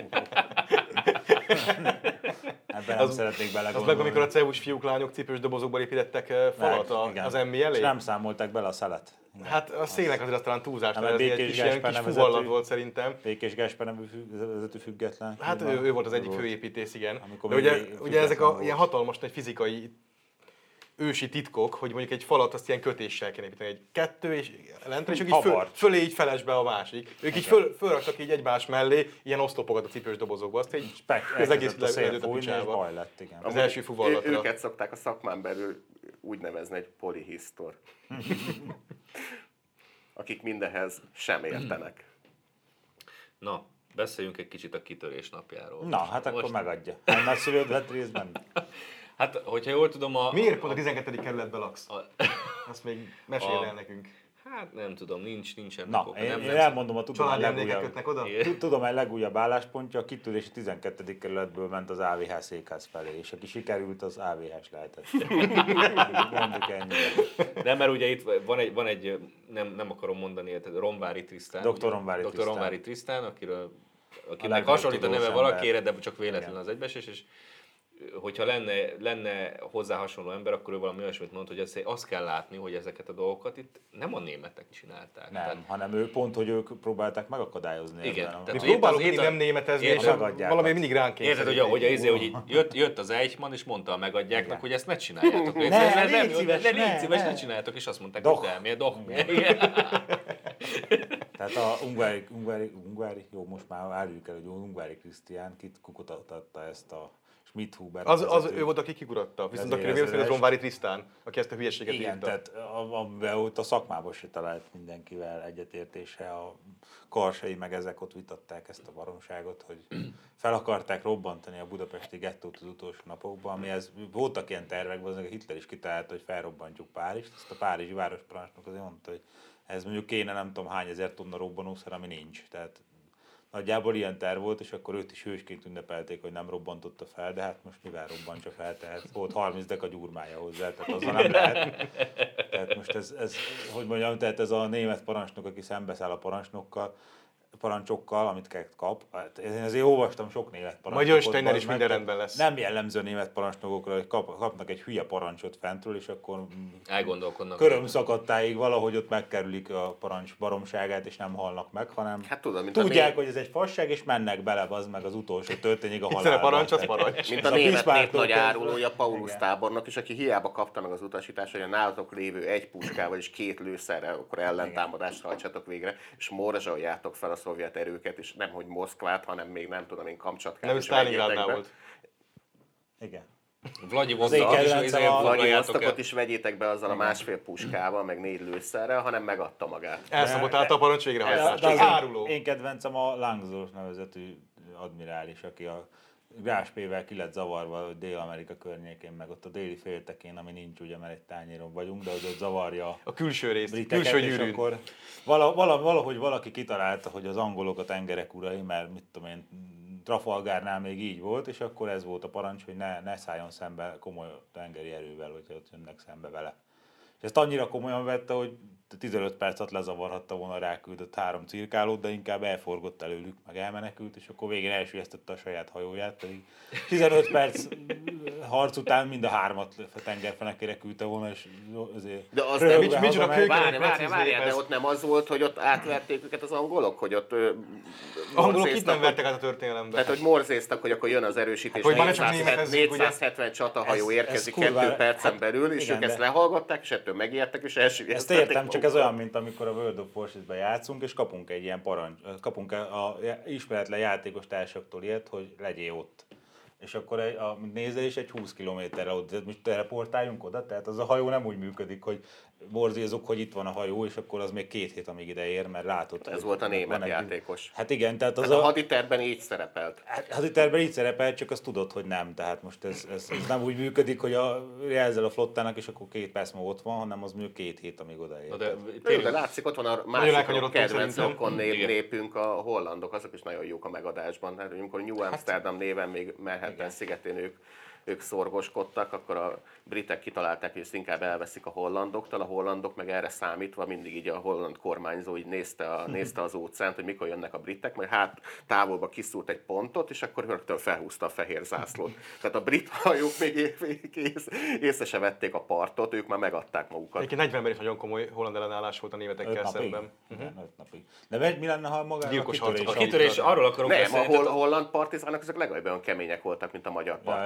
Ebben nem szeretnék belegondolni. Az meg, amikor a CEU-s fiúk, lányok cipős dobozokba építettek falat az emmi elé. És nem számolták bele a szelet. Hát a szélnek azért aztán túlzás, mert ez egy kis fuvallat volt szerintem. Békés Gáspár nevű vezető független. Hát ő volt az egyik főépítész, igen. De ugye ezek a ilyen hatalmas nagy fizikai ősi titkok, hogy mondjuk egy falat azt ilyen kötéssel kell építeni. Egy kettő és lentre, és ők így fölé így felesbe a másik. Ők így fölraktak így egymás mellé ilyen oszlopokat a cipős dobozokba. Azt így az egész lehetett a picsába. Az első fuvallatra. Őket szokták a szakmán belül úgy nevezni, egy polihisztor. Akik mindenhez sem értenek. Na, beszéljünk egy kicsit a kitörés napjáról. Na, hát akkor megadja. Hány nagyszülőd vett részben? Hát, hogyha jól tudom Miért pont a 12. kerületben laksz? Azt még meséld el nekünk. Hát nem tudom, nincsen. Na, én elmondom a tudomány legújabb álláspontja, a kitűrési 12. kerületből ment az AVH székház felé, és aki sikerült, az AVH-s lehetett. Nem, mert ugye itt van egy nem akarom mondani, Romvári Trisztán. Dr. Romvári Trisztán, akinek hasonlít a neve valakire, de csak véletlen az egybeesés, és hogyha lenne hozzá hasonló ember, akkor ő valami olyasmit mond, hogy azt kell látni, hogy ezeket a dolgokat itt nem a németek csinálták. Nem, hanem ők hogy próbálták megakadályozni. Igen. Mi próbálunk mindig nem németezni, és valami mindig ránk kényszerítik. Érted, hogy jött az Eichmann, és mondta a megadjáknak, hogy ezt ne csináljátok. Légy szíves, ne csináljátok, és azt mondták, hogy de miért Tehát a ungári, jó, most már álljuk el, hogy Ungári Krisztián kikutatta ezt a Schmidt-Huber. Az ő volt, aki kikuratta, viszont aki véletlenül az Romvári Trisztán, aki ezt a hülyeséget írta. Igen, tehát ott a szakmában se talált mindenkivel egyetértése, a Karsai meg ezek ott vitatták ezt a baromságot, hogy fel akarták robbantani a budapesti gettót az utolsó napokban, amihez voltak ilyen tervekben, az Hitler is kitalálta, hogy felrobbantjuk Párizst, azt a párizsi városparancsnok azért mondta, hogy ez mondjuk kéne nem tudom hány ezer tonna robbanószer, ami nincs. Tehát nagyjából ilyen terv volt, és akkor őt is hősként ünnepelték, hogy nem robbantotta fel, de hát most mivel robbantsa fel, tehát volt 30 deka gyurmája hozzá, tehát azzal nem lehet. Tehát most ez hogy mondjam, tehát ez a német parancsnok, aki szembeszáll a parancsokkal, amit kap. Hát én azért olvastam sok német parancsnokot. Magyar Steiner is minden rendben lesz. Nem jellemző a német parancsnokokra, hogy kapnak egy hülye parancsot fentről, és akkor elgondolkodnak. Körömszakadtáig valahogy ott megkerülik a parancs baromságát, és nem halnak meg, hanem tudják, hogy ez egy fasság, és mennek bele az meg az utolsó történig a halálba. A parancs az parancs. Mint a német nép nagy árulója, Paulus tábornok is, aki hiába kapta meg az utasítást, hogy a nálatok lévő egy puskával és 2 lőszerrel akkor ellentámadást hajtsatok végre, és morzsoljátok fel a szovjet erőket, és nem hogy Moszkvát, hanem még nem tudom én Kamcsatkát. Nem, Stalingrádnál volt. Igen. Vladivostokot is vegyétek be azzal a 1,5 puskával, meg 4 lőszerrel, hanem megadta magát. Elszabotálta a parancs végrehajtást. Áruló. Én kedvencem a Langsdorff nevezetű admirális, aki a Gáspével ki lett zavarva Dél-Amerika környékén, meg ott a déli féltekén, ami nincs ugye, mert egy tányéron vagyunk, de hogy ott zavarja a külső részt, briteket, külső gyűrűn. Akkor valahogy valaki kitalálta, hogy az angolok a tengerek urai, mert mit tudom én, Trafalgárnál még így volt, és akkor ez volt a parancs, hogy ne szálljon szembe komoly tengeri erővel, hogyha ott jönnek szembe vele. És ezt annyira komolyan vette, hogy 15 percet lezavarhatta volna, ráküldött 3 cirkálót, de inkább elforgott előlük, meg elmenekült, és akkor végén elsüllyesztette a saját hajóját, pedig 15 perc harc után mind a 3-at tengerfenekére küldte volna, és azért... De az nem, micsoda várjál, de ott nem az volt, hogy ott átverték őket az angolok, hogy ott... Angolok itt nem vertek át a történelembe. Tehát, hogy morzéztak, hogy akkor jön az erősítés, 470 csatahajó érkezik 2 percen belül, és ők ezt lehallgatták, és ettől megijedtek, és elsüllyesztették. Ezt értem, csak ez olyan, mint amikor a World of Warships-ben játszunk, és kapunk egy ilyen kapunk a ismeretlen játékos társaktól ilyet, hogy legyél ott. És akkor a néző is egy 20 kilométerre ott, most teleportáljunk oda, tehát az a hajó nem úgy működik, hogy borzézok, hogy itt van a hajó, és akkor az még 2 hét, amíg ide ér, mert látod. Ez volt a német játékos. Hát igen, tehát az a haditervben így szerepelt. Haditerben így szerepelt, csak azt tudod, hogy nem. Tehát most ez nem úgy működik, hogy jelzel a flottának, és akkor 2 perc múlva ott van, hanem az mondjuk 2 hét, amíg odaér. De látszik, ott van a másik kedvenc rokon népünk, a hollandok, azok is nagyon jók a megadásban. Hát, amikor New Amsterdam néven még Manhattan szigetén ők szorgoskodtak, akkor a britek kitalálták, hogy ezt inkább elveszik a hollandoktól, a hollandok meg erre számítva mindig így a holland kormányzó így nézte az óceánt, hogy mikor jönnek a britek, majd távolba kiszúrt egy pontot, és akkor rögtön felhúzta a fehér zászlót. Tehát a brit hajók még észre se vették a partot, ők már megadták magukat. Egyébként 40-ben is nagyon komoly holland ellenállás volt a németekkel szemben. 5 napig. De mi lenne, ha magára a kitörés? Arról akarok beszélni. Nem, a holland partizánok ezek legalább olyan kemények voltak, mint a magyar partizánok.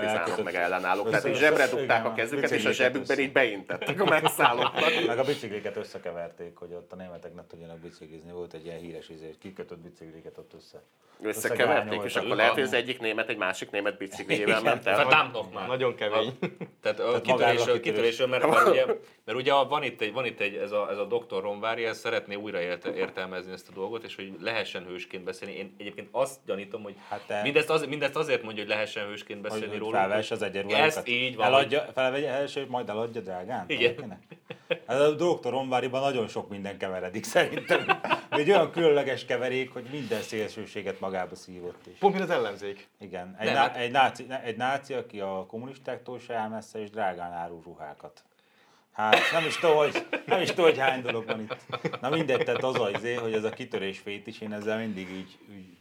meg ellenállók. Tehát így zsebre dugták a kezüket, és a zsebükben így beintettek a megszállóknak. Meg a bicikliket összekeverték, hogy ott a németek ne tudjanak biciklizni. Volt egy ilyen híres izé, kikötött bicikliket ott összekeverték, és akkor lehet, hogy az egyik német egy másik német bicikliével ment el. Nagyon kemény. Tehát a kitörésről, mert ugye van itt egy ez a Dr. Ronvári, ez szeretné újra értelmezni ezt a dolgot, és hogy lehessen hősként beszélni. Én egyébként azt gyanítom, hogy mindezt azért mondja, hogy lehessen hősként beszélni róla. Felvesse az egyenruhákat. Így van. Felvegye első, majd eladja drágán. Igen. Hát a Dr. Ronváriban nagyon sok minden keveredik szerintem. Egy olyan különleges keverék, hogy minden szélsőséget magába szívott is. Pont mint az ellenzék. Igen. Egy náci, aki a kommunistáktól se áll messze, és drágán árul ruhákat. Hát nem is tudom, hogy hány dolog van itt. Na mindegy, tehát az hogy ez a kitörés fétis, én ezzel mindig így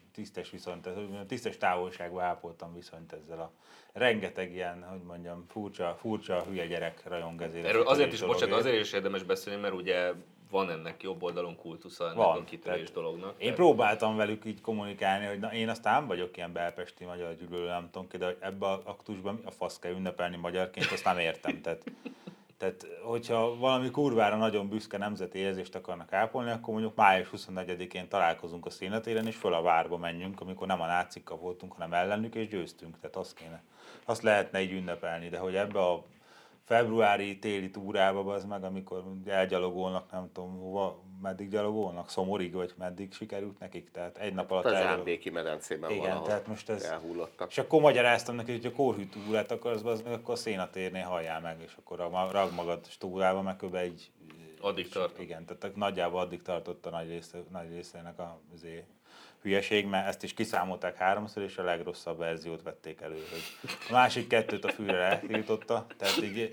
tisztes távolságban ápoltam viszonyt ezzel a rengeteg ilyen, hogy mondjam, furcsa hülye gyerek rajong ezért. Erről azért is érdemes beszélni, mert ugye van ennek jobb oldalon kultusza ennek a kitörés dolognak. Én próbáltam velük így kommunikálni, hogy én aztán nem vagyok ilyen belpesti magyar gyűlölő, nem tudom ki, de ebben az aktusban mi a fasz kell ünnepelni magyarként, azt nem értem. Tehát, hogyha valami kurvára nagyon büszke nemzeti érzést akarnak ápolni, akkor mondjuk május 24-én találkozunk a Színhatéren, és föl a várba menjünk, amikor nem a nácikkal voltunk, hanem ellenük, és győztünk. Tehát azt lehetne így ünnepelni, de hogy ebbe a februári téli túrába az meg, amikor elgyalogolnak, nem tudom hova, meddig gyalogolnak, Szomorig, vagy meddig sikerült nekik, tehát egy nap alatt a Zsámbéki medencében igen, tehát most ez elhullottak. És akkor magyaráztam neki, hogy a kórhű túrát akarsz, akkor a Szénatérnél halljál meg, és akkor a ragmagad túrába meg kb. Egy... Addig tartott. Igen, tehát nagyjából addig tartott a nagy részének a hülyeség, mert ezt is kiszámolták háromszor, és a legrosszabb verziót vették elő, hogy a másik kettőt a Führer eltiltotta, tehát így...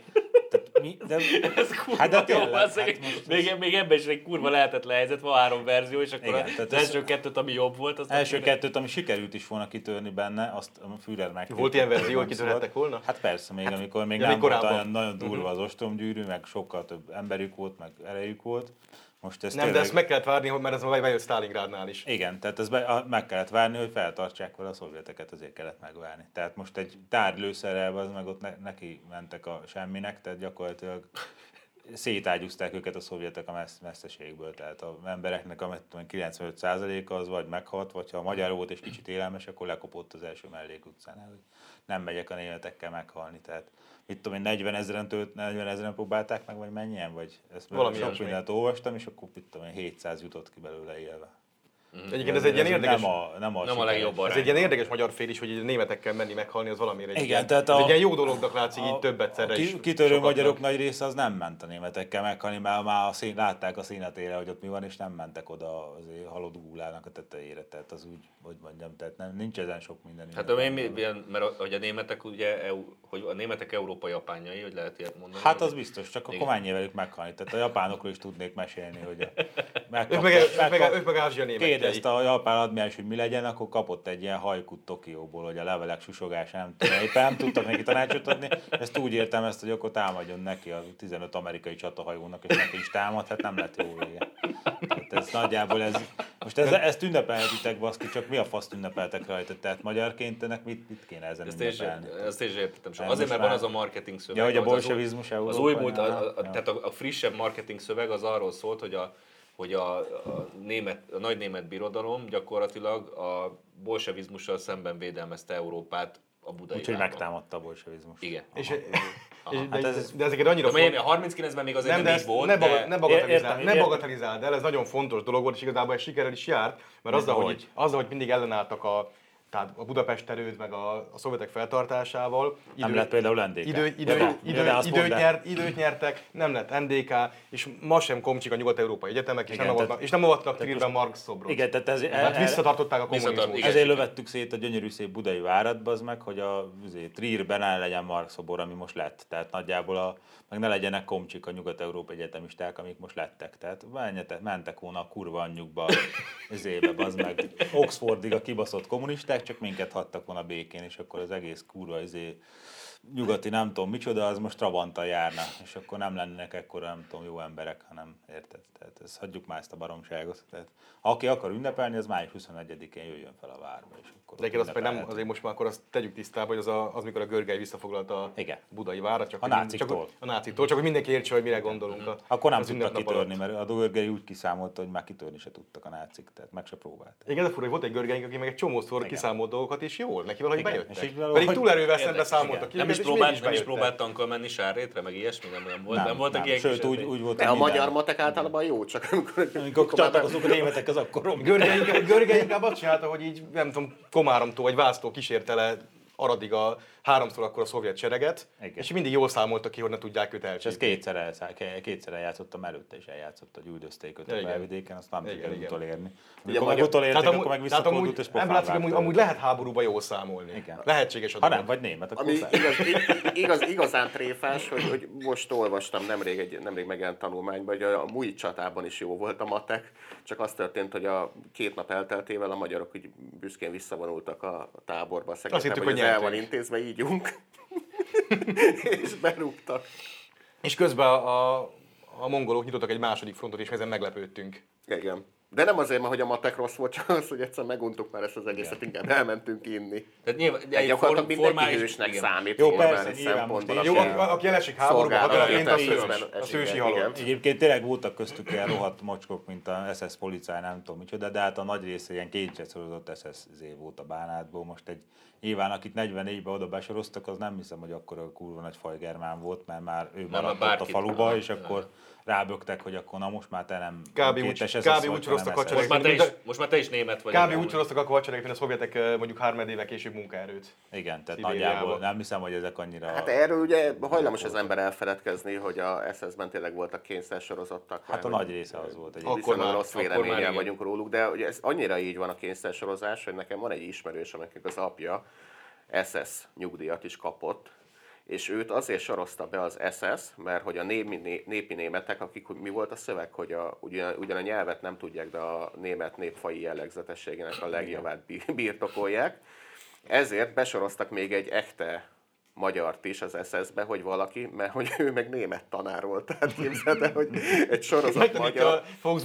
Ez kurva jó, még ebben is egy kurva lehetetlen helyzet, van 3 verzió, és akkor igen, az első kettőt, ami jobb volt, azt első kettőt, ami sikerült is volna kitörni benne, azt a Führer megtiltott. Volt ilyen verzió, hogy kitörhettek volna? Hát persze, amikor még nem volt olyan nagyon durva az ostromgyűrű, meg sokkal több emberük volt, meg erejük volt. Most nem, tényleg... de ezt meg kellett várni, mert ez bejött Stalingrádnál is. Igen, tehát meg kellett várni, hogy feltartsák vele a szovjeteket, azért kellett megvárni. Tehát most egy tárgylőszerrel az meg ott neki mentek a semminek, tehát gyakorlatilag szétágyúzták őket a szovjetek a messzeségből. Tehát az embereknek a 95%-a az vagy meghalt, vagy ha magyar volt és kicsit élelmes, akkor lekopott az első mellékutcánál, hogy nem megyek a németekkel meghalni. Tehát mit tudom én, 40 ezeren próbálták meg, vagy mennyien? Vagy ezt sok mindent olvastam, és akkor mit tudom én, 700 jutott ki belőle élve. Egyébként ez egy ilyen érdekes, nem a legjobb arány. Ez egy ilyen érdekes magyar fél is, hogy németekkel menni meghalni, az valamire egy, igen, ilyen, ez egy ilyen jó dolognak látszik így több egyszerre is. Kitörő magyarok nagy része az nem ment a németekkel meghalni, mert már látták a Színhatérre, hogy ott mi van, és nem mentek oda az halott gúlának a tetejére. Tehát az úgy, hogy mondjam, tehát nincs ezen sok minden. Hát mert hogy a németek ugye, hogy a németek Európa japánjai, hogy lehet ilyet mondani. Hát az biztos, csak akkor mennyi velük meghalni. Tehát a japánokról is tudnék mesélni, hogy ők meg Ázsia németjei. Kérdezte a japán admirális, hogy mi legyen, akkor kapott egy ilyen hajkút Tokióból, hogy a levelek susogása nem tudom, éppen nem tudtak neki tanácsot adni. Ezt úgy értem ezt, hogy akkor támadjon neki a 15 amerikai csatahajónak, és neki is támad, hát nem lett jó vége. Tehát ez nagyjából most ezt ünnepelhetitek, baszki, csak mi a faszt ünnepeltek rajta? Tehát magyarként ennek mit kéne ezen ünnepelni? Ezt is értettem. Azért, mert van az a marketing szöveg. Ja, hogy a bolsevizmus az újmúlt, tehát a frissebb marketing szöveg az arról szólt, hogy a nagy német birodalom gyakorlatilag a bolsevizmussal szemben védelmezte Európát a budai úgyhogy megtámadta a bolsevizmus. Igen. De ezeket annyira fontos. A 39-ben még azért nem így volt. Ne bagatelizáld el, ez nagyon fontos dolog volt, és igazából ez sikerrel is járt, mert azzal, hogy mindig ellenálltak tehát a Budapest erőd, meg a szovjetek feltartásával. Nem lett például NDK. Időt nyertek, nem lett NDK, és ma sem komcsik a nyugat-európai egyetemek, és nem avatnak Trierben Marx szobrot. Igen, tehát visszatartották a kommunizmust. Ezért lövettük szét a gyönyörű szép budai várat, az meg, hogy a Trierben el legyen Marx szobor, ami most lett. Tehát nagyjából meg ne legyenek komcsik a nyugat-európai egyetemisták, amik most lettek. Tehát mentek volna a kurva anyjukba, az meg Oxfordig a kibaszott kommunisták, csak minket hagytak volna békén, és akkor az egész kurva nyugati nem tudom micsoda, az most Trabanttal járna, és akkor nem lennének ekkora nem tudom jó emberek, hanem érted? Tehát hagyjuk már ezt a baromságot. Tehát, ha aki akar ünnepelni, az május 21-én jöjjön fel a várba. És akkor de azt nem, azért most már akkor azt tegyük tisztába, hogy az mikor a Görgely visszafoglalta a budai várat, csak a náciktól. Csak hogy mindenki értse, hogy mire gondolunk. Akkor nem tudtak kitörni, mert a Görgely úgy kiszámolta, hogy már kitörni se tudtak a nácik, tehát meg se próbálták. Igen, de fura, hogy volt egy Görgelyünk, aki meg egy csomószor kiszámolt dolgokat, és jól, neki valahogy bejöttek. Pedig túlerővel szembe számoltak ki. Nem is próbált tankkal menni Sárrétre, meg ilyesmi, nem voltak ilyen sőt, úgy volt, a magyar matek általában jó, csak amikor csatlakozunk a németek az akkor Görgely inkább azt csinálta, hogy így, nem tudom, Komáromtól vagy Vásztól kísérte le Aradig a 3-szor akkor a szovjet sereget, és mindig jól számoltak ki, hogy ne tudják őt elcsípni. És ezt kétszer eljátszottam, előtte is eljátszott, hogy üldözték őt a Belvidéken, azt nem sikerült utolérni. Amikor meg utolérték, akkor meg visszafordult és pofán vágta. Amúgy lehet háborúba jól számolni. Igen. Lehetséges a dolog. Ha nem vagy német, akkor igazán tréfás, hogy most olvastam nemrég megjelent tanulmányban, hogy a Mui csatában is jó volt a matek, csak az történt, hogy a 2 nap elteltével a magyarok úgy büszkén visszavonultak a táborba, hogy el van intézve, ígyunk, és berúgtak. És közben a mongolok nyitottak egy második frontot, és ezen meglepődtünk. Igen. De nem azért, mert hogy a matek rossz volt, csak az, hogy egyszer meguntuk már ezt az egészet, inkább elmentünk inni. Tehát nyilván, gyakorlatilag mindenki hősnek számít. Jó, persze, szempontból. Jó, aki elesik háborúba, hadonként a szősi halott. Egyébként tényleg voltak köztük ilyen rohadt mocskok, mint a SS policáj, nem tudom micsoda, de hát a nagy része ilyen kétségszorozott SSZ volt a Bánátból. Most egy nyilván, akit 44-ben oda besoroztak, az nem hiszem, hogy akkor a kurva nagy fajgermán volt, mert már ő maradt ott a faluba, és akkor rábögtek, hogy akkor na most már te nem kétes SS vagy, soroztak a most már te is német vagy. Kb. Úgy soroztak a hadsereg, mint a szovjetek mondjuk 3 évvel később munkaerőt. Igen, tehát nagyjából nem hiszem, hogy ezek annyira... Hát erről ugye hajlamos az ember elfeledkezni, hogy a SS-ben tényleg voltak kényszersorozottak. Hát a nagy része az volt. Akkor már rossz véleménnyel vagyunk róluk, de ugye ez annyira így van a kényszersorozás, hogy nekem van egy ismerős, aminek az apja SS nyugdíjat is kapott, és őt azért sorozta be az SS, mert hogy a népi németek, akik, mi volt a szöveg, hogy ugyan a nyelvet nem tudják, de a német népfaji jellegzetességének a legjavát birtokolják, ezért besoroztak még egy echte magyart is az SS-be, hogy valaki, mert hogy ő meg német tanár volt. Tehát képzeld el, hogy egy sorozat magyar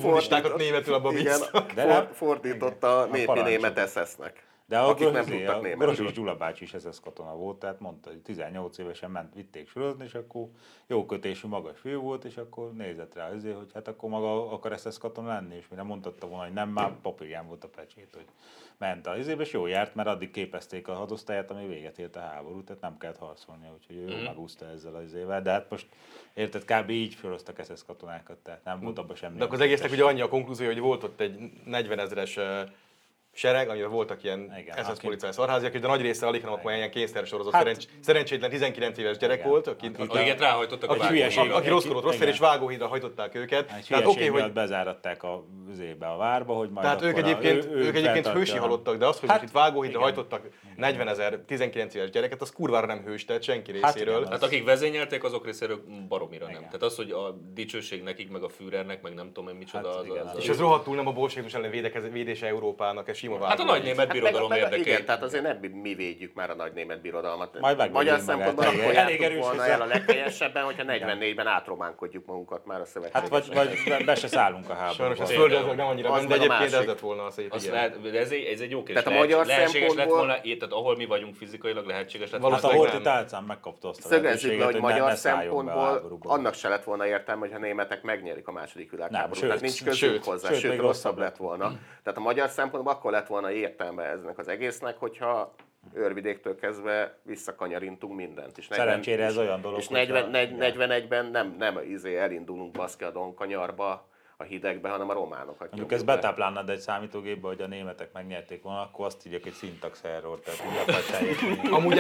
fordította a népi német SS-nek. De akik nem tudtak németül. Borosovich Gyula bácsi is SS katona volt, tehát mondta, hogy 18 évesen vitték sorozni, és akkor jó kötésű magas fő volt, és akkor nézett rá azért, hogy hát akkor maga akar SS katona lenni, és mire mondhatta volna, hogy nem, már papírján volt a pecsét, hogy ment az izébe, és jó járt, mert addig képezték a hadosztályát, ami véget ért a háború, tehát nem kellett harcolnia, úgyhogy ő jól megúszta ezzel az izével, de hát most érted, kb. Így soroztak SS katonákat, tehát nem volt abban semmi. De akkor az egésznek ugye annyi a konklúzió, hogy volt ott egy 40 000-es sereg, amivel voltak ilyen SS policáj szarháziak, de nagy része alig, hanem akkor ilyen kényszersorozat, szerencsétlen 19 éves gyerek volt, akiket ráhajtottak a vágóhídra. Aki rosszkodott, rossz fél, és vágóhídra hajtották őket. Tehát oké, hogy bezáratták a várba, hogy majd tehát ők egyébként hősi halottak, de az, hogy itt vágóhídra hajtottak 40 000 19 éves gyereket, az kurvára nem hős, tehát senki részéről. Hát akik vezényelték, azok részéről baromira nem. Tehát az, hogy a dicsőség nekik, meg a Führernek, meg nem tudom én micsoda az. És ez rohadtul nem a bolsevizmus ellen védése Európának. Hát a nagy német birodalom érdekében. Igen, tehát azért nem mi védjük már a nagy német birodalmat. Magyar szempontból akkor jártunk volna el a legteljesebben, hogyha 44-ben átrománkodjuk magunkat már a szövetségesek. Hát vagy be se szállunk a háborúba. Sajnos ez földön nem annyira, de egyébként ez lett volna a szép. Ez egy jó kérdés. Tehát a magyar lehetséges lett volna, tehát ahol mi vagyunk fizikailag lehetséges lett volna. Hát a Horthy tálcán megkapta azt a lehetőséget, hogy magyar szempontból annak se lett volna értelme, hogyha a németek megnyerik a második világháborút. Tehát nincs közünk hozzá, sőt rosszabb lett volna. Tehát a magyar szempontból akkor lett volna értelme ennek az egésznek, hogyha Őrvidéktől kezdve visszakanyarintunk mindent. És szerencsére ez olyan dolog, és 41-ben nem elindulunk baszki a Donkanyarba, a hidegbe, hanem a románokat. Mondjuk ezt betáplálnád egy számítógépbe, hogy a németek megnyerték volna, akkor azt írják egy szintax error, tehát amúgy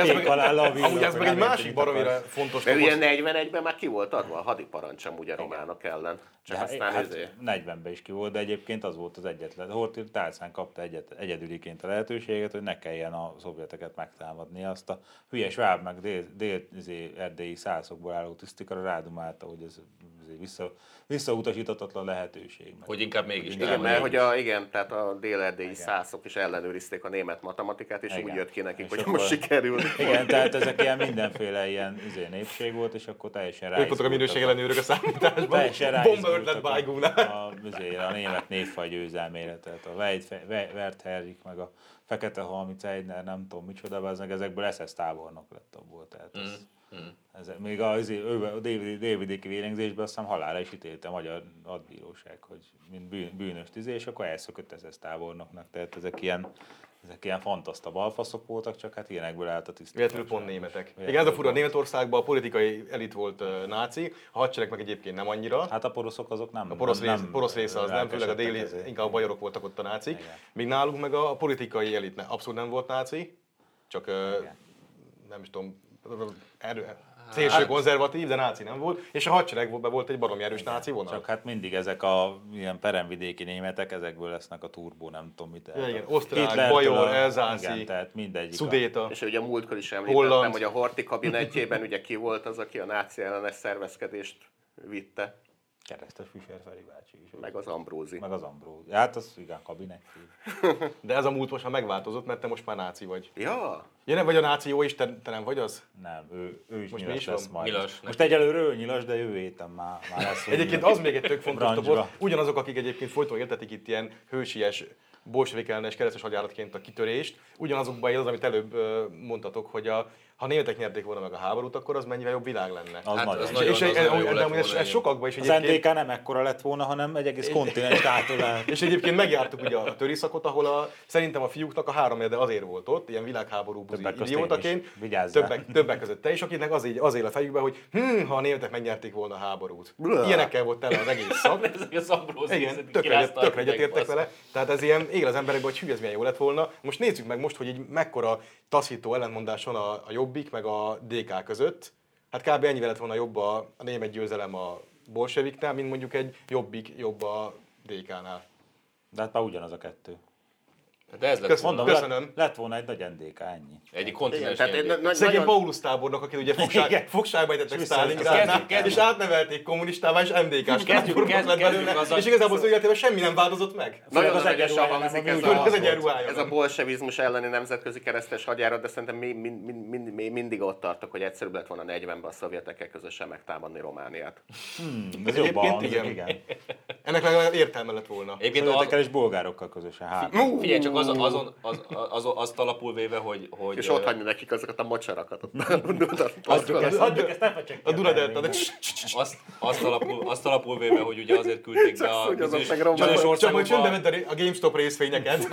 ez meg egy másik baromira fontos. Mert ugye 41-ben már ki volt adva a hadiparancs amúgy a románok ellen. Csak aztán 40-ben is ki volt, de egyébként az volt az egyetlen. Horthy tálcán kapta egyedüliként a lehetőséget, hogy ne kelljen a szovjeteket megtámadni. Azt a hülye sváb meg dél-erdélyi szászokból álló tisztikara rádumálta, hogy ez visszautasítatlan lehetőség. Hogy inkább mégis. Igen, mert hogy tehát a dél-erdélyi szászok is ellenőrizték a német matematikát, és úgy jött ki nekik, hogy most sikerül. Igen, tehát ezek ilyen mindenféle ilyen népség volt, és akkor teljesen rájuk. Ők voltak a minőség ellenőrök a számításban. Teljesen bombaötlet a német névfaj győzelmére, tehát a Wertherrik, meg a Fekete Halmi Zeidner, nem tudom micsoda, ezekből SS tábornok lett abból. Tehát ez még a délvidéki vérengzésben azt hiszem halálra is ítélte a magyar hadbíróság, hogy mint bűnös és akkor elszökött SS tábornoknak. Tehát ezek ilyen fantaszta balfaszok voltak, csak hát ilyenekből állt a tisztítás. Véletlenül pont németek. Igen, ez a fura, Németországban a politikai elit volt náci, a hadsereg meg egyébként nem annyira. Hát a poroszok azok nem. A porosz része az nem, főleg a déli, inkább a bajorok voltak ott a nácik. Igen. Míg nálunk meg a politikai elit abszolút nem volt náci, csak nem is tudom, szélső konzervatív, de náci nem volt, és a hadseregben volt egy baromi erős náci vonal. Csak hát mindig ezek a ilyen peremvidéki németek, ezekből lesznek a turbó, nem tudom mit. Ja, igen, osztrák, bajor, elzászi, szudéta. És ugye a múltkor is említettem, hogy a Horthy kabinetjében ugye ki volt az, aki a náci ellenes szervezkedést vitte. Keresztes Fischer Feri bácsi is. Meg az Ambrózi. Hát az igen, kabinet. De ez a múlt most már megváltozott, mert te most már náci vagy. Ja. Ja, nem vagy a náci jó, és te nem vagy az? Nem, ő is most nyilas lesz majd. Nyilas, most egyelőre ő nyilas, de jövő héten már lesz. Egyébként az még egy tök fontos dobot. Ugyanazok, akik egyébként folyton értetik itt ilyen hősies, bolsevik ellenes keresztes hadjáratként a kitörést, ugyanazokban él az, amit előbb mondtatok, hogy ha németek nyerték volna meg a háborút, akkor az mennyivel jobb világ lenne. Ez sokakban is egyébként... Az NDK nem ekkora lett volna, hanem egy egész kontinens átölel. És egyébként megjártuk ugye a töriszakot, ahol szerintem a fiúknak a 3 érde azért volt ott, ilyen világháború buzi idiótaként. Többek között te is, akiknek az él a fejükbe, hogy ha a németek megnyerték volna a háborút. Ilyenekkel volt tele az egész szak. Igen, tökre egyetértek vele. Tehát ez ilyen él az emberekben, hogy hű, ez milyen jó lett volna. Most nézzük meg most, hogy így mekkora taszító ellentmondás van a Jobbik meg a DK között. Hát kb. Ennyivel lett volna jobb a német győzelem a bolseviknál, mint mondjuk egy Jobbik jobb a DK-nál. De hát már ugyanaz a kettő. De ez lett volna. Köszönöm. Lett volna egy nagy NDK, ennyi. Egy kontinens szegény Paulus tábornok, akit ugye fogságba ejtettek Sztálingrádnál, és átnevelték kommunistává, és NDK-s tábornok lett belőle, és igazából az életében semmi nem változott meg. Nagyon erősen hangzik ez a bolsevizmus elleni nemzetközi keresztes hadjárat, de szerintem mindig ott tartok, hogy egyszerűbb lett volna 40-ben a szovjetekkel közösen megtámadni Romániát. Ez jobban, igen. Ennek legalább értelme lett volna. Szovjetekkel és bolgárokkal közösen. Figyelj, csak azt alapul véve, hogy... És ott hagyni nekik azokat a mocsarakat. Adjuk ezt, nem vagy csak a Dunadelta. Azt alapul véve, hogy ugye azért küldték be a bizonyos országokba... Csak majd csöndbe a GameStop részvényeket.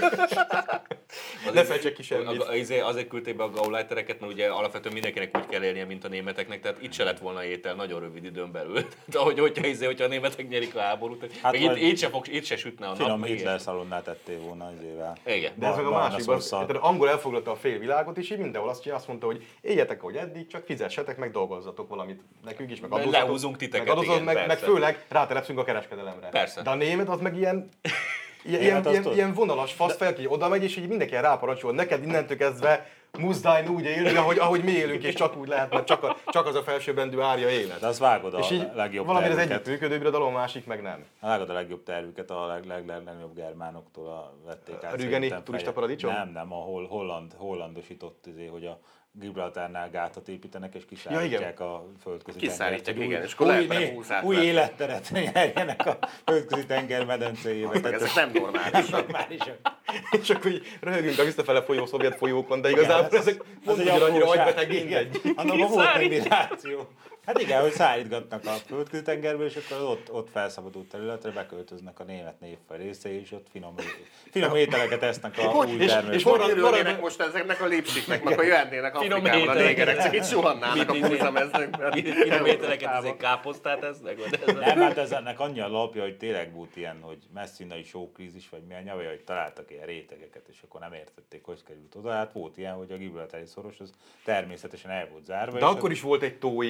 Ne fejtsek ki semmit. Azért küldték be a Gauleitereket, mert ugye alapvetően mindenkinek úgy kell élnie, mint a németeknek, tehát itt se lett volna étel nagyon rövid időn belül. De hogyha a németek nyerik a háborút, itt se sütne a nap. Finom Hitler szalonnát tettél volna izével. Igen. De ez meg a másikban, angol elfoglalta a fél világot, és így mindenhol azt mondta, hogy éljetek ahogy eddig, csak fizessetek, meg dolgozzatok valamit nekünk is, meg adózzatok. Lehúzunk titeket, meg főleg rátelepszünk a kereskedelemre. Persze. De a német az meg ilyen vonalas faszfej, aki oda megy, és így mindenki ráparacsol, neked innentől kezdve muszáj úgy élni, ahogy mi élünk, és csak úgy lehet, mert csak az a felsőbbrendű árja élet. De azt vágod a legjobb valami az együttműködő birodalom, másik meg nem. Vágod a legjobb tervüket, a legnagyobb germánoktól vették át. A rügeni turista paradicsom? Nem, a hollandosított, hogy a Gibraltárnál gátat építenek, és kiszállítják a földközi tengert. Igen, és akkor új életteret nyerjenek a földközi tenger medencéjébe. Ezek nem normálisak. És akkor így röhögünk a visszafele folyó szovjet folyókon, de igazából ezek mondjuk annyira agybeteg, mindegy. Annak volt egy migráció. Hát igen, hogy szállítgatnak a földközi tengerből, és akkor ott felszabadult területre beköltöznek a német névfaj részei, és ott finom ételeket esznek a új termők. És hogy örülnének most ezeknek a lépsiknek, akkor jöhetnének Afrikába a négerek, csak itt suhannának a búzamezőkben. Finom ételeket, ezért káposztát esznek? Nem, hát ez ennek annyi a lapja, hogy tényleg volt ilyen, hogy messzinai sókrízis, vagy milyen nyavaja, hogy találtak ilyen rétegeket, és akkor nem értették, hogy került oda. Hát volt ilyen, hogy a Gibraltári szoros az természetesen el volt zárva. De akkor is volt egy tó itt. Hát nem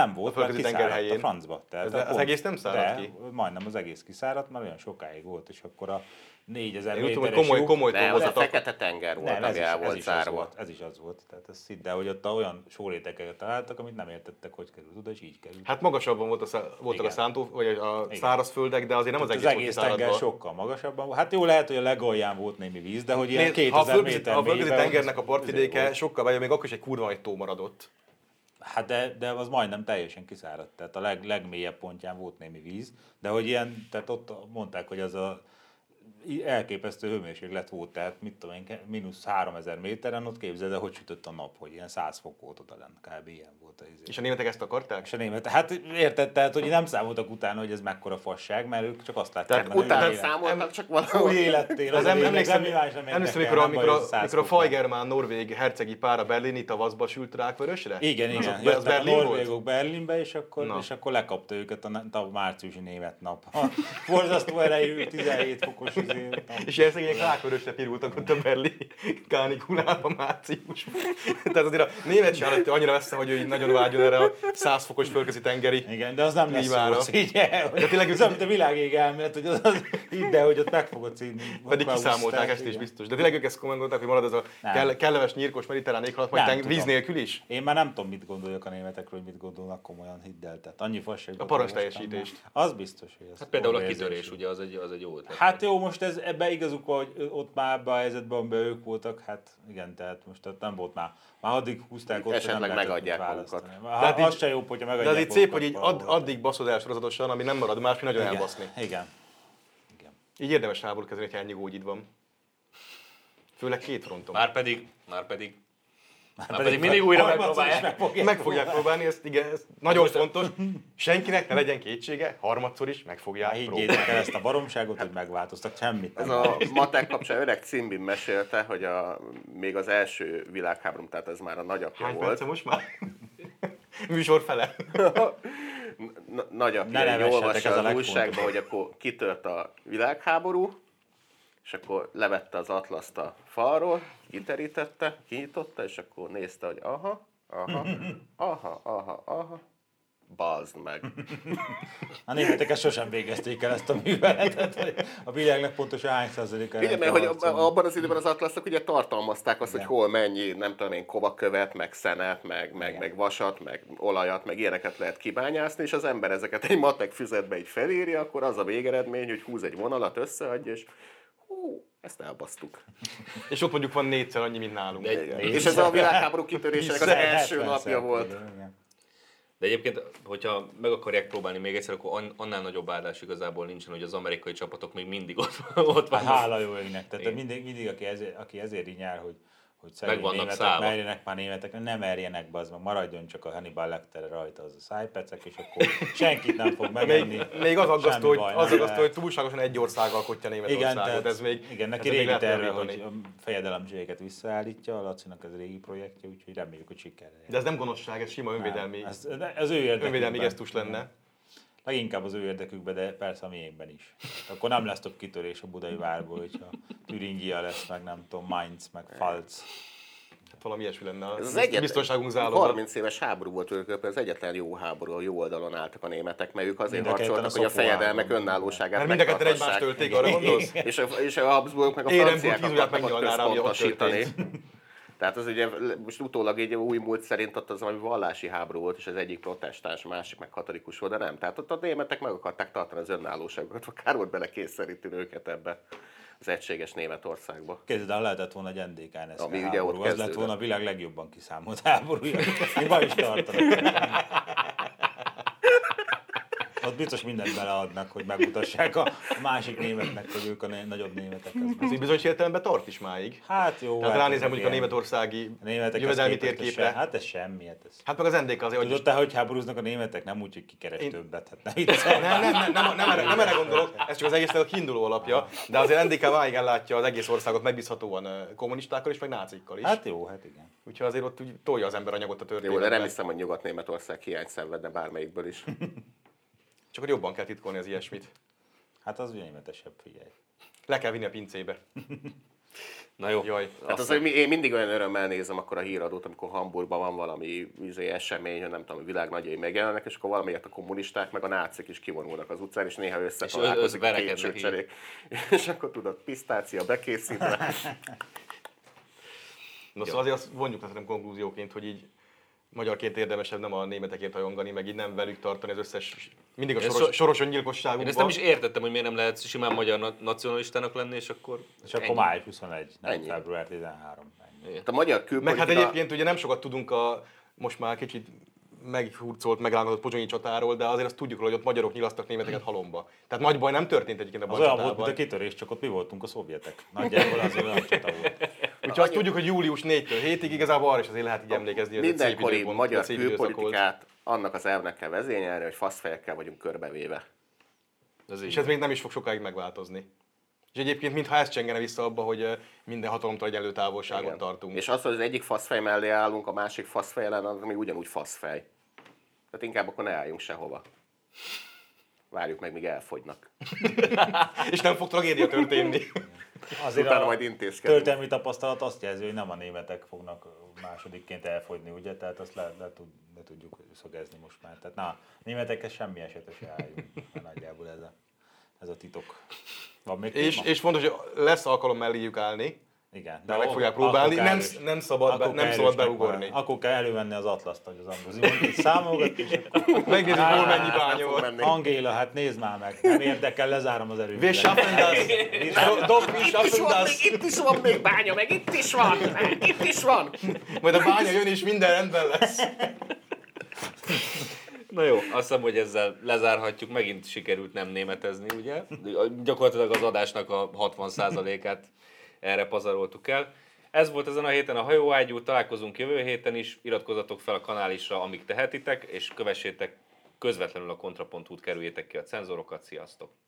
nem volt, mert kiszáradt a francba. Tehát az egész nem száradt ki? Majdnem az egész kiszáradt, mert olyan sokáig volt, és akkor a 4000 méteres komoly az a Fekete-tenger volt, ami el volt zárva. Ez is az volt. Tehát ez hidd el, hogy ott olyan sóréteket találtak, amit nem értettek, hogy került oda, és így került. Hát magasabban voltak a szántó, vagy a szárazföldek, de azért nem az egész tenger sokkal magasabban. Hát jó, lehet, hogy a legalján volt némi víz, de hogy ilyen 2000 méter a földközi tengernek a partvidéke sokkal vagy még akkor is egy kurva egy tó maradott. Hát de az majdnem teljesen kiszáradt, tehát a legmélyebb pontján volt némi víz, de hogy ilyen, tehát ott mondták, hogy az a elképesztő hőmérséklet volt, tehát mit tudom én, mínusz 3000 méteren, ott képzeld el, hogy sütött a nap, hogy ilyen 100 fok volt oda lenne, kb. Ilyen volt az. És a németek ezt akarták? És a németek, hát érted, tehát hogy nem számoltak utána, hogy ez mekkora fasság, mert ők csak azt látták. Tehát utána számoltak, csak valahol. Új élettél. Az emlékszem, mikor a Feigermán norvég hercegi pár a berlini tavaszba sült Rákvörösre? Igen, jöttek a norvégok Berlinbe, és akkor lekapta őket a márciusi német nap. Borzasztó erejű 17 fokos és ilyen szegények Rákvörösre pirultak ott a berlini kánikulában márciusban. Tehát azért a német se alatt annyira messze, hogy ő nagyon vágyjon erre a 100 fokos földközi tengeri. Igen, de az nem lesz szó, így ez mint a világég elmélet, hogy az hidd el, hogy ott meg fogod színni. Pedig kiszámolták, ezt is biztos. De tényleg ők ezt kommentálták, hogy marad ez a kellemes, nyírkos, mediterrán éghajlat, majd víz nélkül is? Én már nem tudom, mit gondoljak a németekről, hogy mit gondolnak komolyan, hidd el. Tehát annyi fasságban. A parancsteljesítést. Az biztos, hogy ez. Hát például a kitörés, ugye az egy jó ötlet. Hát jó, most ebbe igazuk, hogy ott már ebben a helyzetben, amiben ők voltak, hát igen, tehát most nem volt már addig húzták ott, esetleg megadják magukat. Az se jobb, hogyha megadják. De az itt szép, hogy így addig baszod el sorozatosan, ami nem marad más, nagyon elbaszni. Igen. Így érdemes háborút kezdeni, ha ennyi gógyid van. Főleg két fronton. Már pedig mindig újra megpróbálják. Meg fogják próbálni, ez nagyon fontos. Senkinek ne legyen kétsége, harmadszor is meg fogják próbálni. Higgyétek el ezt a baromságot, hogy megváltoztak, semmit. Ez a matek kapcsán öreg Cimbin mesélte, hogy még az első világháború, tehát ez már a nagyapja volt. Hány perce most már? Műsor fele. Nagyapja olvassa az újságban, hogy akkor kitört a világháború, és akkor levette az atlaszt a falról, kiterítette, kinyitotta, és akkor nézte, hogy aha, bazd meg. A németek ezt sosem végezték el ezt a műveletet, a világnak pontosan hány százaléka. Igen, mert hogy abban az időben az atlaszok ugye tartalmazták azt, hogy hol mennyi, nem tudom én, kovakövet, meg szenet, meg vasat, meg olajat, meg ilyeneket lehet kibányászni, és az ember ezeket egy matek füzetbe így felírja, akkor az a végeredmény, hogy húz egy vonalat, összeadja, és ezt elbasztuk. És ott mondjuk van 4-szer annyi, mint nálunk. És ez a világháború kitörésének az első napja volt. De egyébként, hogyha meg akarják próbálni még egyszer, akkor annál nagyobb áldás igazából nincsen, hogy az amerikai csapatok még mindig ott vannak. Hála jó égnek. Tehát mindig aki ezért így nyár, hogy szegény németek merjenek már németek, nem merjenek, bazd meg, maradjon csak a Hannibal Lecter rajta az a szájpecek, és akkor senkit nem fog megenni. Még az aggasztó, hogy túlságosan egy ország alkotja Németországot. Igen, neki régi terve, hogy a fejedelemségeket visszaállítja, a Lacinak ez régi projektje, úgyhogy reméljük, hogy sikerül. De ez nem gonoszság, ez sima önvédelmi gesztus lenne. Leginkább az ő érdekükben, de persze a miénkben is. Akkor nem lesz több kitörés a Budai várból, hogyha Türingia lesz, meg nem tudom, Mainz, meg Pfalz. Hát valami ilyesmi lenne ez az biztonságunk záloga. 30 éves háború volt tulajdonképpen az egyetlen jó háború, a jó oldalon álltak a németek, mert ők azért harcoltak, hogy a fejedelmek önállóságát megtartassák. Mind a ketten egymást tölték, arra gondolsz? És a Habsburgok meg a franciákat akartak központosítani. Tehát az ugye most utólag egy új múlt szerint ott az valami vallási háború volt, és az egyik protestáns, a másik meg katolikus volt, de nem. Tehát ott a németek meg akarták tartani az önállóságukat, akár volt bele kényszeríteni őket ebbe az egységes Németországba. Kezdődően lehetett volna egy NDK-NSZK ami ugye ott az lett volna a világ legjobban kiszámolt háborúja. Én ma is tartanak. Ott biztos mindent beleadnak, hogy megmutassák a másik németnek, hogy ők a nagyobb németek. Ez így bizonyos értelemben tart is máig. Hát jó. Tehát ránézem mondjuk a németországi jövedelmi térképre. Hát ez semmi. Hát meg az NDK azért, hogy... Tudod, hogy háborúznak a németek, nem úgy, hogy kikeres többet. Nem erre gondolok, ez csak az egésznek a kiinduló alapja, de azért NDK máig ellátja az egész országot megbízhatóan kommunistákkal is, meg nácikkal is. Hát jó, hát igen. Úgyhogy azért ott úgy tolja az ember anyagot a történetbe. Jó, de nem hiszem, hogy Nyugat-Németország hiányt szenvedne bármelyikből is. Csak hogy jobban kell titkolni az ilyesmit. Hát az ugye németesebb, figyelj. Le kell vinni a pincébe. Na jó. Jaj. Hát az, hogy én mindig olyan örömmel nézem akkor a híradót, amikor Hamburgban van valami esemény, hogy nem tudom, világ nagyjai megjelennek, és akkor valamiért a kommunisták meg a nácik is kivonulnak az utcán, és néha összetalálkozik a két csőcserék. És akkor tudod, pisztácia bekészítve. Na szóval azért azt vonjuk le konklúzióként, hogy így magyarként érdemesebb nem a németekért hajongani, meg így nem velük tartani az összes, mindig a soros öngyilkosságunkban. Én ezt nem is értettem, hogy miért nem lehet simán magyar nacionalistának lenni, és akkor május 21, nem február 13. A magyar külpolitika... Meg hát egyébként ugye nem sokat tudunk most már kicsit meghurcolt, meglángozott pozsonyi csatáról, de azért azt tudjuk róla, hogy ott magyarok nyilasztak németeket halomba. Tehát nagy baj nem történt egyébként abban a csatában. Az olyan volt, mint a kitörés, csak ott mi voltunk a szovjetek. Nagyjából az olyan csata volt. Úgyhogy azt tudjuk, hogy július 4-től 7-ig igazából arra is azért lehet így emlékezni. Mindenkori magyar külpolitikát annak az elvnek kell vezényelni, hogy faszfejekkel vagyunk körbevéve. És ez még nem is fog sokáig megváltozni. És egyébként mintha ez csengene vissza abba, hogy minden hatalomtól egyenlő távolságon tartunk. És az, hogy az egyik faszfej mellé állunk, a másik faszfej ellen, az még ugyanúgy faszfej. Tehát inkább akkor ne álljunk sehova. Várjuk meg, míg elfogynak. És nem fog tragédia történni. Azért utána majd intézkedünk. Történelmi tapasztalat azt jelzi, hogy nem a németek fognak másodikként elfogyni, ugye? Tehát azt le tudjuk szögezni most már. Tehát a németekkel semmi esetre se álljunk. Nagyjából ez a titok. Van még és fontos, hogy lesz alkalom melléjük állni. Igen. De meg fogják próbálni, nem szabad beugorni. Akkor kell elővenni az atlaszt, hogy az Ambrozi mondja, számolgat, és akkor... Megnézzük, hol mennyi bánya van. Angéla, hát nézd már meg, nem érdekel, lezárom az erőt. Wir schaffen das! Itt is van még bánya, meg itt is van! Majd a bánya jön, és minden rendben lesz. Na jó, azt hiszem, hogy ezzel lezárhatjuk, megint sikerült nem németezni, ugye? Gyakorlatilag az adásnak a 60%-át erre pazaroltuk el. Ez volt ezen a héten a Hajóágyú, találkozunk jövő héten is, iratkozzatok fel a kanálisra, amíg tehetitek, és kövessétek közvetlenül a kontra.hu-t, kerüljétek ki a cenzorokat, sziasztok!